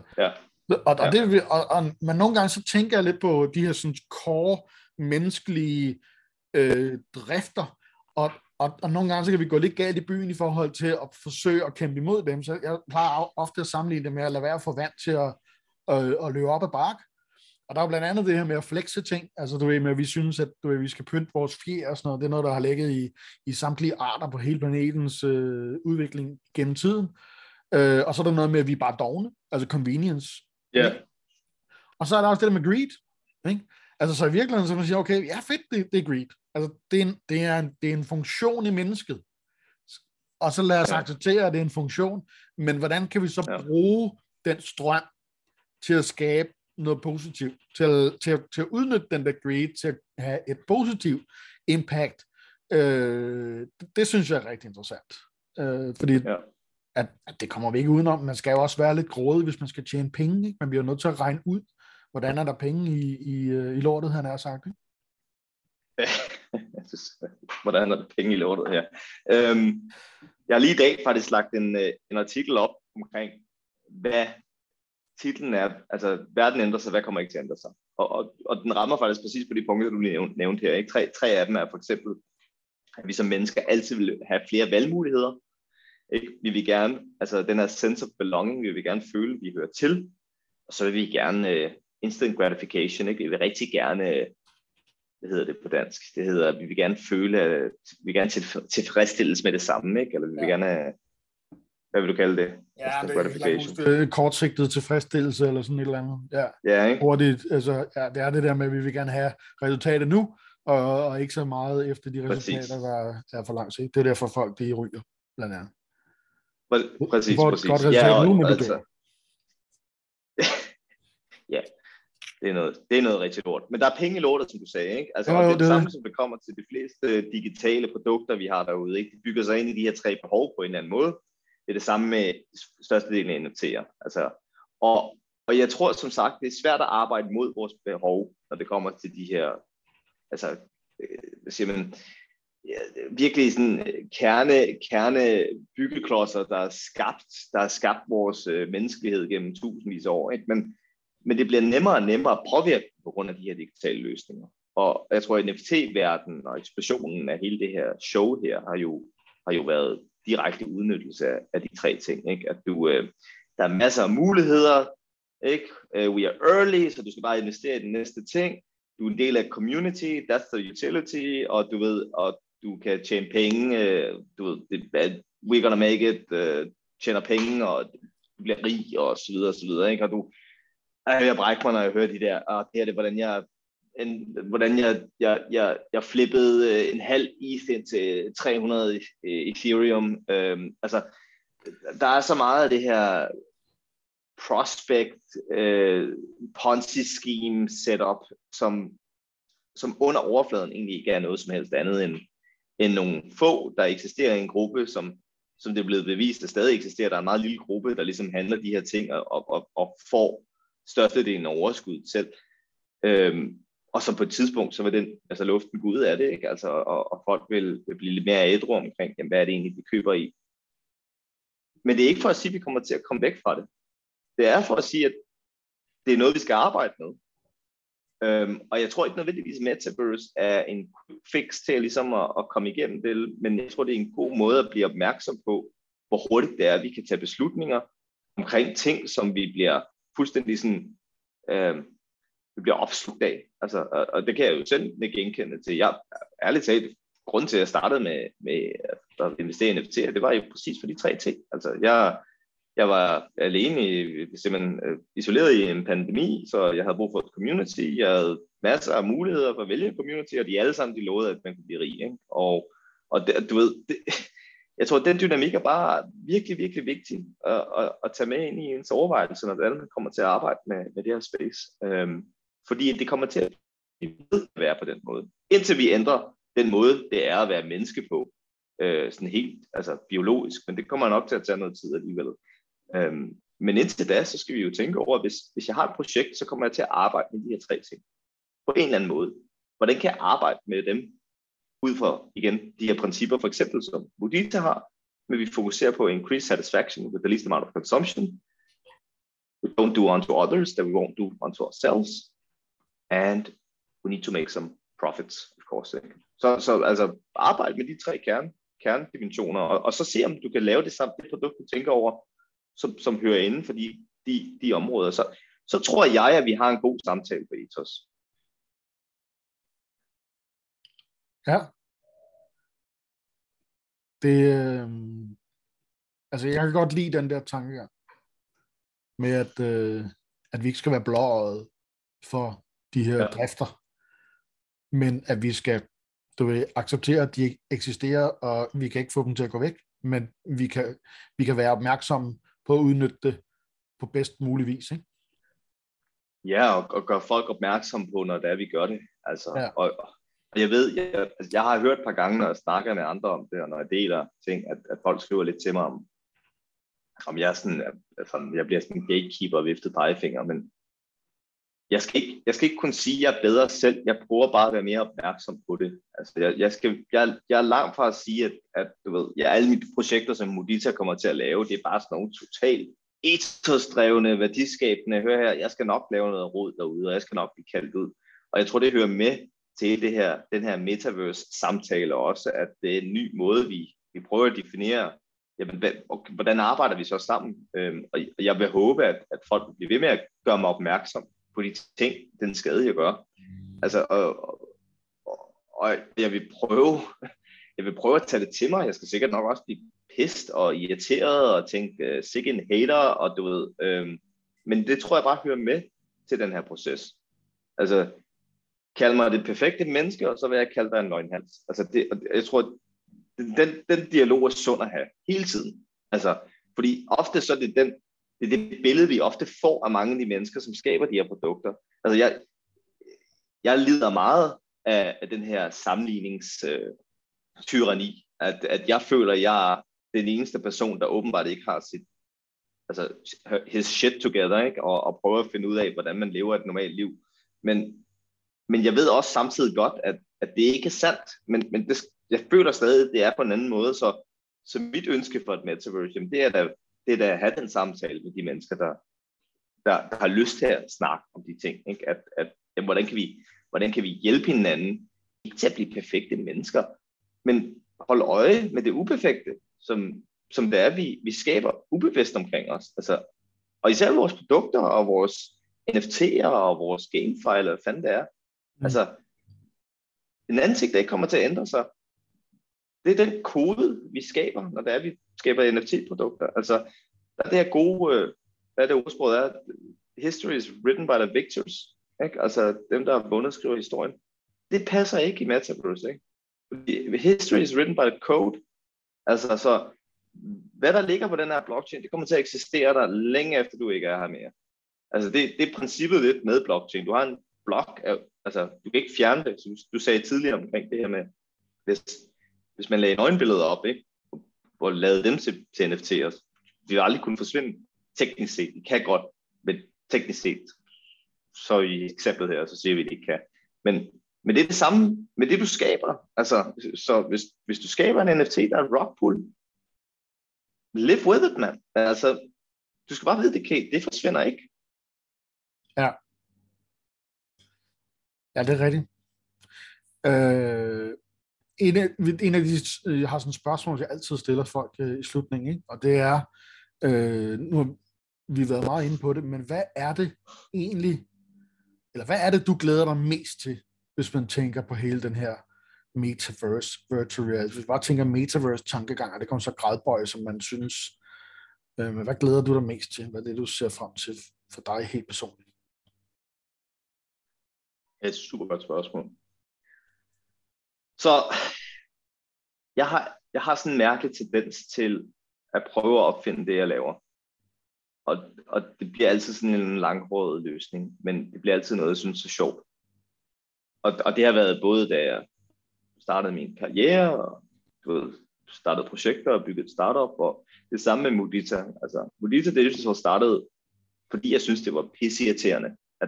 S1: men nogle gange så tænker jeg lidt på de her sådan core menneskelige drifter, og nogle gange så kan vi gå lidt galt i byen i forhold til at forsøge at kæmpe imod dem. Så jeg plejer ofte at sammenligne det med at lade være at få vand til at løbe op ad bakke. Og der er blandt andet det her med at flexe ting. Altså du ved med, at vi synes, at vi skal pynte vores fjer og sådan noget. Det er noget, der har ligget i samtlige arter på hele planetens udvikling gennem tiden. Og så er der noget med, at vi er bare dogne. Altså convenience.
S2: Ja. Yeah.
S1: Og så er der også det der med greed. Ikke? Altså så i virkeligheden, så man siger, okay, ja fedt, det er greed. Altså det er en funktion i mennesket. Og så lad os acceptere, at det er en funktion. Men hvordan kan vi så bruge den strøm til at skabe noget positivt, til at udnytte den der greed, til at have et positivt impact. Det synes jeg er rigtig interessant. Fordi at det kommer vi ikke udenom. Man skal jo også være lidt grådig, hvis man skal tjene penge. Ikke? Man bliver nødt til at regne ud, hvordan er der penge i lortet, han har sagt. Ikke?
S2: Hvordan er der penge i lortet her? Jeg har lige i dag faktisk lagt en artikel op omkring, hvad titlen er, altså verden ændrer sig, hvad kommer ikke til at ændre sig? Og den rammer faktisk præcis på de punkter, du lige nævnte her. Ikke? Tre af dem er for eksempel, at vi som mennesker altid vil have flere valgmuligheder. Ikke? Vi vil gerne, altså den her sense of belonging, vi vil gerne føle, at vi hører til. Og så vil vi gerne instant gratification. Ikke? Vi vil rigtig gerne, hvad hedder det på dansk? Det hedder, vi vil gerne føle, at vi gerne tilfredsstilles med det samme. Ikke? Eller vi vil gerne, hvad vil du kalde det?
S1: Ja, det er kortsigtet tilfredsstillelse eller sådan et eller andet.
S2: Ja, ikke?
S1: Hurtigt, altså, det er det der med, at vi vil gerne have resultater nu, og ikke så meget efter de resultater, der er for langt sigt. Det er derfor folk, de ryger, blandt andet.
S2: Præcis.
S1: Godt resultat nu, når du dør.
S2: Ja, det er noget rigtig lort. Men der er penge i lortet, som du sagde, ikke? Altså, det er det samme, som det kommer til de fleste digitale produkter, vi har derude, ikke? De bygger sig ind i de her tre behov på en eller anden måde. Det er det samme med størstedelen af NFT'er. Altså, og jeg tror som sagt, det er svært at arbejde mod vores behov, når det kommer til de her, altså, hvad siger man, virkelig sådan kerne byggeklodser, der er skabt vores menneskelighed gennem tusindvis af år. Ikke? Men det bliver nemmere og nemmere at påvirke på grund af de her digitale løsninger. Og jeg tror, at NFT-verdenen og eksplosionen af hele det her show her har jo været direkte udnyttelse af de tre ting. Ikke? At der er masser af muligheder. Ikke? We are early, så du skal bare investere i den næste ting. Du er en del af community, that's the utility, og du ved, og du kan tjene penge, du ved, we're gonna make it, tjener penge, og du bliver rig, og så videre, og så videre. Ikke? Og jeg brækker mig, når jeg hører de der, det her det er, hvordan jeg flippede en halv ETH til 300 Ethereum. Altså, der er så meget af det her prospect, Ponzi-scheme setup, som under overfladen egentlig ikke er noget som helst andet end nogle få, der eksisterer i en gruppe, som det er blevet bevist, der stadig eksisterer. Der er en meget lille gruppe, der ligesom handler de her ting og får størstedelen af overskud selv. Og så på et tidspunkt, så vil den, altså luften gå ud af det, ikke? Altså, og folk vil blive lidt mere ædru omkring, jamen, hvad er det egentlig, vi køber i. Men det er ikke for at sige, at vi kommer til at komme væk fra det. Det er for at sige, at det er noget, vi skal arbejde med. Og jeg tror ikke nødvendigvis, at Metaverse er en fix til ligesom at komme igennem det, men jeg tror, det er en god måde at blive opmærksom på, hvor hurtigt det er, at vi kan tage beslutninger omkring ting, som vi bliver fuldstændig sådan, vi bliver opslugt af. Altså, og det kan jeg jo selv genkende til. Jeg ærligt talt, grund til, at jeg startede med at investere i NFT'er, det var jo præcis for de tre ting. Altså, Jeg var alene, simpelthen isoleret i en pandemi, så jeg havde brug for et community. Jeg havde masser af muligheder for at vælge et community, og de alle sammen de lovede, at man kunne blive rig. Ikke? Og det, du ved, det, jeg tror, at den dynamik er bare virkelig, virkelig vigtig at tage med ind i ens overvejelse, når man kommer til at arbejde med det her space. Fordi det kommer til at være på den måde. Indtil vi ændrer den måde, det er at være menneske på. Sådan helt altså biologisk, men det kommer nok til at tage noget tid alligevel. Men indtil da, så skal vi jo tænke over, at hvis jeg har et projekt, så kommer jeg til at arbejde med de her 3 ting. På en eller anden måde. Hvordan kan jeg arbejde med dem? Ud fra, igen, de her principper, for eksempel som Mudita har, men vi fokuserer på increase satisfaction with the least amount of consumption. We don't do unto others that we won't do unto ourselves. And we need to make some profits, of course. Ikke? Så altså arbejde med de 3 kernedimensioner, og så se, om du kan lave det samme det produkt, du tænker over, som hører inden for de områder. Så tror jeg, at vi har en god samtale på Ethos.
S1: Ja. Det, altså jeg kan godt lide den der tanke med, at vi ikke skal være blåøjet for de her drifter, men at vi skal acceptere, at de eksisterer, og vi kan ikke få dem til at gå væk, men vi kan være opmærksomme på at udnytte det på bedst mulig vis, ikke?
S2: Ja, og gøre folk opmærksom på, når det er, vi gør det. Altså,
S1: ja.
S2: Og jeg ved, jeg har hørt et par gange, når jeg snakker med andre om det, og når jeg deler ting, at folk skriver lidt til mig om jeg er sådan, jeg bliver sådan en gatekeeper og viftet pegefinger, men jeg skal ikke kunne sige, at jeg er bedre selv. Jeg prøver bare at være mere opmærksom på det. Altså, jeg er langt fra at sige, at du ved, alle mine projekter, som Mudita kommer til at lave, det er bare sådan nogle totalt ethosdrevne, værdiskabende. Hør her, jeg skal nok lave noget rod derude, og jeg skal nok blive kaldt ud. Og jeg tror, det hører med til den her metaverse-samtale også, at det er en ny måde, vi prøver at definere, jamen, hvordan arbejder vi så sammen? Og jeg vil håbe, at folk vil blive ved med at gøre mig opmærksom på de ting, den skade, jeg gør. Altså, og jeg vil prøve at tage det til mig. Jeg skal sikkert nok også blive pissed og irriteret og tænke, sikke en hater, og du ved, men det tror jeg bare hører med til den her proces. Altså, kald mig det perfekte menneske, og så vil jeg kalde dig en løgnhals. Altså, jeg tror, den dialog er sund at have hele tiden. Altså, fordi ofte så er det det billede, vi ofte får af mange af de mennesker, som skaber de her produkter. Altså, jeg lider meget af den her sammenligningstyranni, at jeg føler, at jeg er den eneste person, der åbenbart ikke har his shit together, ikke? Og prøver at finde ud af, hvordan man lever et normalt liv. Men jeg ved også samtidig godt, at det ikke er sandt, men jeg føler stadig, at det er på en anden måde, så mit ønske for et metaverse, det er da at have den samtale med de mennesker, der har lyst til at snakke om de ting, ikke? At hvordan kan vi hjælpe hinanden, ikke til at blive perfekte mennesker, men holde øje med det uperfekte, som det er, vi skaber ubevidst omkring os. Altså, og især vores produkter og vores NFT'er og vores gamefile, eller hvad fanden det er. Altså, en anden ting, der ikke kommer til at ændre sig, det er den kode, vi skaber, når det er, vi skaber NFT-produkter. Altså, der er det her gode, hvad det ordsproget er, history is written by the victors. Ikke? Altså, dem, der har vundet, skriver historien. Det passer ikke i Metaverse, ikke? Fordi history is written by the code. Altså, så hvad der ligger på den her blockchain, det kommer til at eksistere der længe efter, du ikke er her mere. Altså, det er princippet lidt med blockchain. Du har en blok, altså, du kan ikke fjerne det. Som du sagde tidligere omkring det her med, hvis man lagde nøgenbilleder op, ikke? Og lavede dem til NFT'er, de vil aldrig kunne forsvinde teknisk set. De kan godt, men teknisk set, så i eksemplet her, så siger vi, at de ikke kan. Men det er det samme med det, du skaber. Altså, så hvis du skaber en NFT, der er en rockpool, live with it, man. Altså, du skal bare vide, det forsvinder ikke.
S1: Ja. Ja, det er rigtigt. En af de, jeg har sådan et spørgsmål, jeg altid stiller folk i slutningen, ikke? Og det er, nu har vi været meget inde på det, men hvad er det egentlig, eller hvad er det, du glæder dig mest til, hvis man tænker på hele den her metaverse, virtual reality? Hvis man bare tænker metaverse tankegang, og det kommer så gradbøje, som man synes Men hvad glæder du dig mest til? Hvad er det, du ser frem til for dig helt personligt?
S2: Det er et super godt spørgsmål. Så jeg har sådan en mærkelig tendens til at prøve at opfinde det, jeg laver. Og det bliver altid sådan en langhåret løsning, men det bliver altid noget, jeg synes er sjovt. Og det har været både, da jeg startede min karriere, og du ved, startede projekter og byggede et startup, og det samme med Modita. Altså, Modita, det er jo startet, fordi jeg synes, det var pisseirriterende, at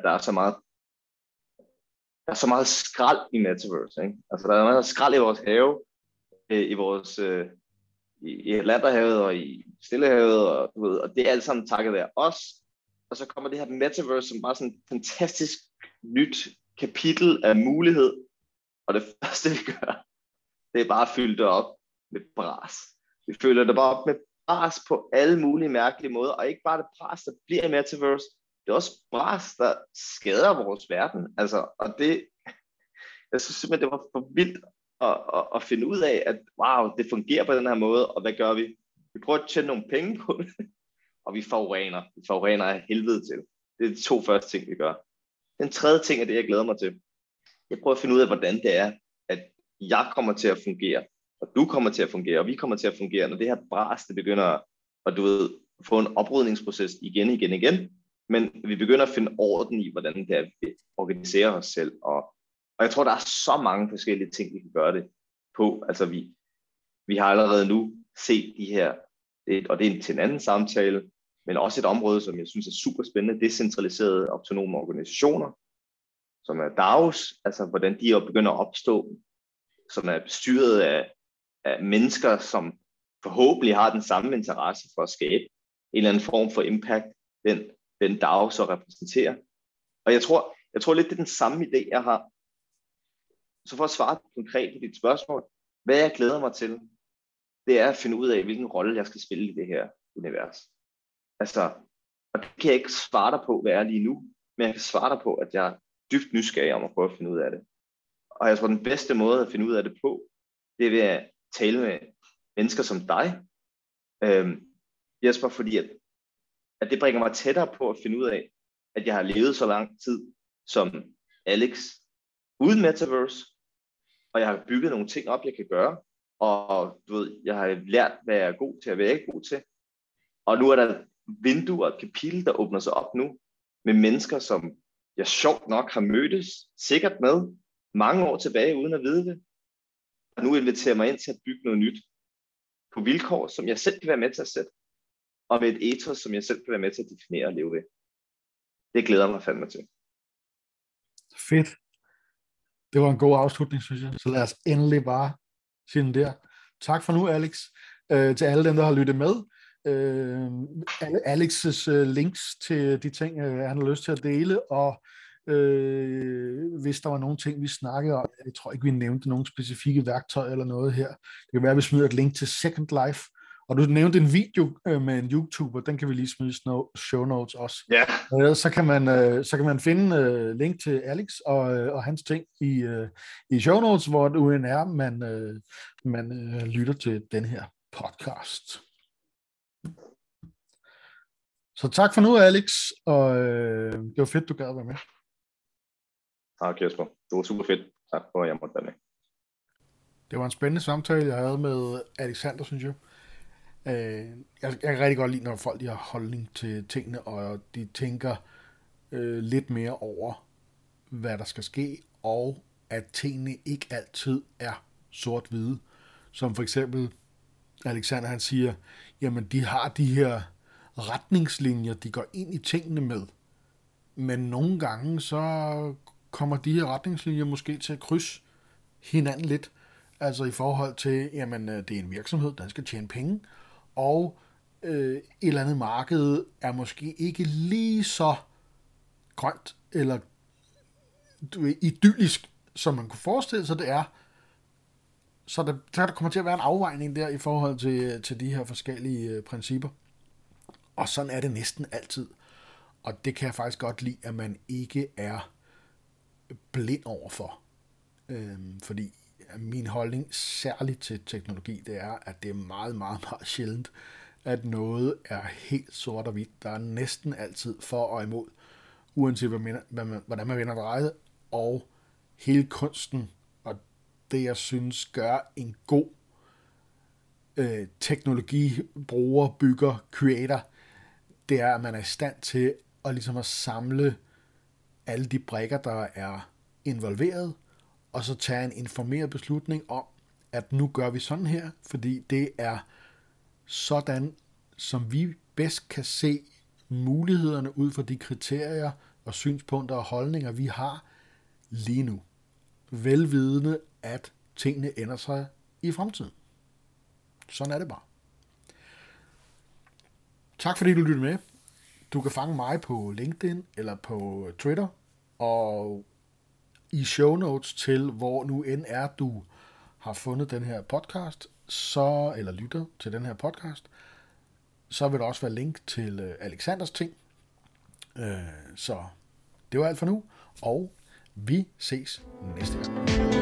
S2: der er så meget skrald i Metaverse, ikke? Altså, der er meget skrald i vores have, i vores i Atlanterhavet og i Stillehavet, og, du ved, og det er alt sammen takket være os. Og så kommer det her Metaverse, som bare sådan et fantastisk nyt kapitel af mulighed. Og det første, vi gør, det er bare at fylde det op med bras. Vi fylder det bare op med bras på alle mulige mærkelige måder, og ikke bare det bras, der bliver i Metaverse, det er også bras, der skader vores verden. Altså, og det, jeg synes simpelthen, det var for vildt at finde ud af, at wow, det fungerer på den her måde, og hvad gør vi? Vi prøver at tjene nogle penge på det, og vi forurener. Vi forurener af helvede til. Det er de 2 første ting, vi gør. Den tredje ting er det, jeg glæder mig til. Jeg prøver at finde ud af, hvordan det er, at jeg kommer til at fungere, og du kommer til at fungere, og vi kommer til at fungere, når det her bras, det begynder at, du ved, få en oprydningsproces igen, men vi begynder at finde orden i, hvordan det er, vi organiserer os selv, og jeg tror, der er så mange forskellige ting, vi kan gøre det på. Altså, vi har allerede nu set de her, og det er til en anden samtale, men også et område, som jeg synes er super spændende, decentraliserede autonome organisationer, som er DAOs, altså hvordan de begynder at opstå, som er bestyret af mennesker, som forhåbentlig har den samme interesse for at skabe en eller anden form for impact, den DAO så repræsenterer. Og jeg tror lidt, det er den samme idé, jeg har. Så for at svare konkret på dit spørgsmål, hvad jeg glæder mig til, det er at finde ud af, hvilken rolle jeg skal spille i det her univers. Altså, og det kan jeg ikke svare dig på, hvad jeg er lige nu, men jeg kan svare dig på, at jeg er dybt nysgerrig om at prøve at finde ud af det. Og jeg tror, den bedste måde at finde ud af det på, det er ved at tale med mennesker som dig, Jesper, fordi at det bringer mig tættere på at finde ud af, at jeg har levet så lang tid som Alex uden Metaverse, og jeg har bygget nogle ting op, jeg kan gøre, og du ved, jeg har lært, hvad jeg er god til, og hvad jeg ikke er god til. Og nu er der vinduer og et kapitel, der åbner sig op nu, med mennesker, som jeg sjovt nok har mødtes, sikkert med, mange år tilbage, uden at vide det, og nu inviterer mig ind til at bygge noget nyt, på vilkår, som jeg selv kan være med til at sætte, og med et ethos, som jeg selv kan være med til at definere og leve ved. Det glæder mig fandme til.
S1: Fedt. Det var en god afslutning, synes jeg. Så lad os endelig bare sige den der. Tak for nu, Alex. Til alle dem, der har lyttet med. Alex's links til de ting, han har lyst til at dele, og hvis der var nogle ting, vi snakkede om, jeg tror ikke, vi nævnte nogle specifikke værktøjer eller noget her. Det kan være, at vi smider et link til Second Life, og du nævnte en video med en YouTuber, den kan vi lige smide i show notes også.
S2: Yeah.
S1: Så kan man finde link til Alex og hans ting i show notes, hvor det uden er, man lytter til den her podcast. Så tak for nu, Alex, og det var fedt, du gad at være med.
S2: Tak, Jesper. Det var super fedt. Tak for, at jeg måtte være med.
S1: Det var en spændende samtale, jeg havde med Alexander, synes jeg. Jeg kan rigtig godt lide, når folk de har holdning til tingene, og de tænker lidt mere over, hvad der skal ske, og at tingene ikke altid er sort-hvide. Som for eksempel Alexander, han siger, jamen de har de her retningslinjer, de går ind i tingene med. Men nogle gange, så kommer de her retningslinjer måske til at krydse hinanden lidt. Altså i forhold til, jamen det er en virksomhed, der skal tjene penge, og et eller andet marked er måske ikke lige så grønt eller idyllisk, som man kunne forestille sig, det er. Så der kommer til at være en afvejning der i forhold til de her forskellige principper. Og sådan er det næsten altid. Og det kan jeg faktisk godt lide, at man ikke er blind overfor. Fordi min holdning, særligt til teknologi, det er, at det er meget, meget, meget sjældent, at noget er helt sort og hvidt. Der er næsten altid for og imod, uanset hvordan man vender drejet, og hele kunsten, og det jeg synes gør en god teknologibruger, bygger, creator, det er, at man er i stand til at, ligesom at samle alle de brikker, der er involveret, og så tage en informeret beslutning om, at nu gør vi sådan her, fordi det er sådan, som vi bedst kan se mulighederne ud fra de kriterier og synspunkter og holdninger, vi har lige nu. Velvidende, at tingene ændrer sig i fremtiden. Sådan er det bare. Tak fordi du lyttede med. Du kan fange mig på LinkedIn eller på Twitter, og i show notes til, hvor nu end er, du har fundet den her podcast, eller lytter til den her podcast, så vil der også være link til Alexanders ting. Så det var alt for nu, og vi ses næste gang.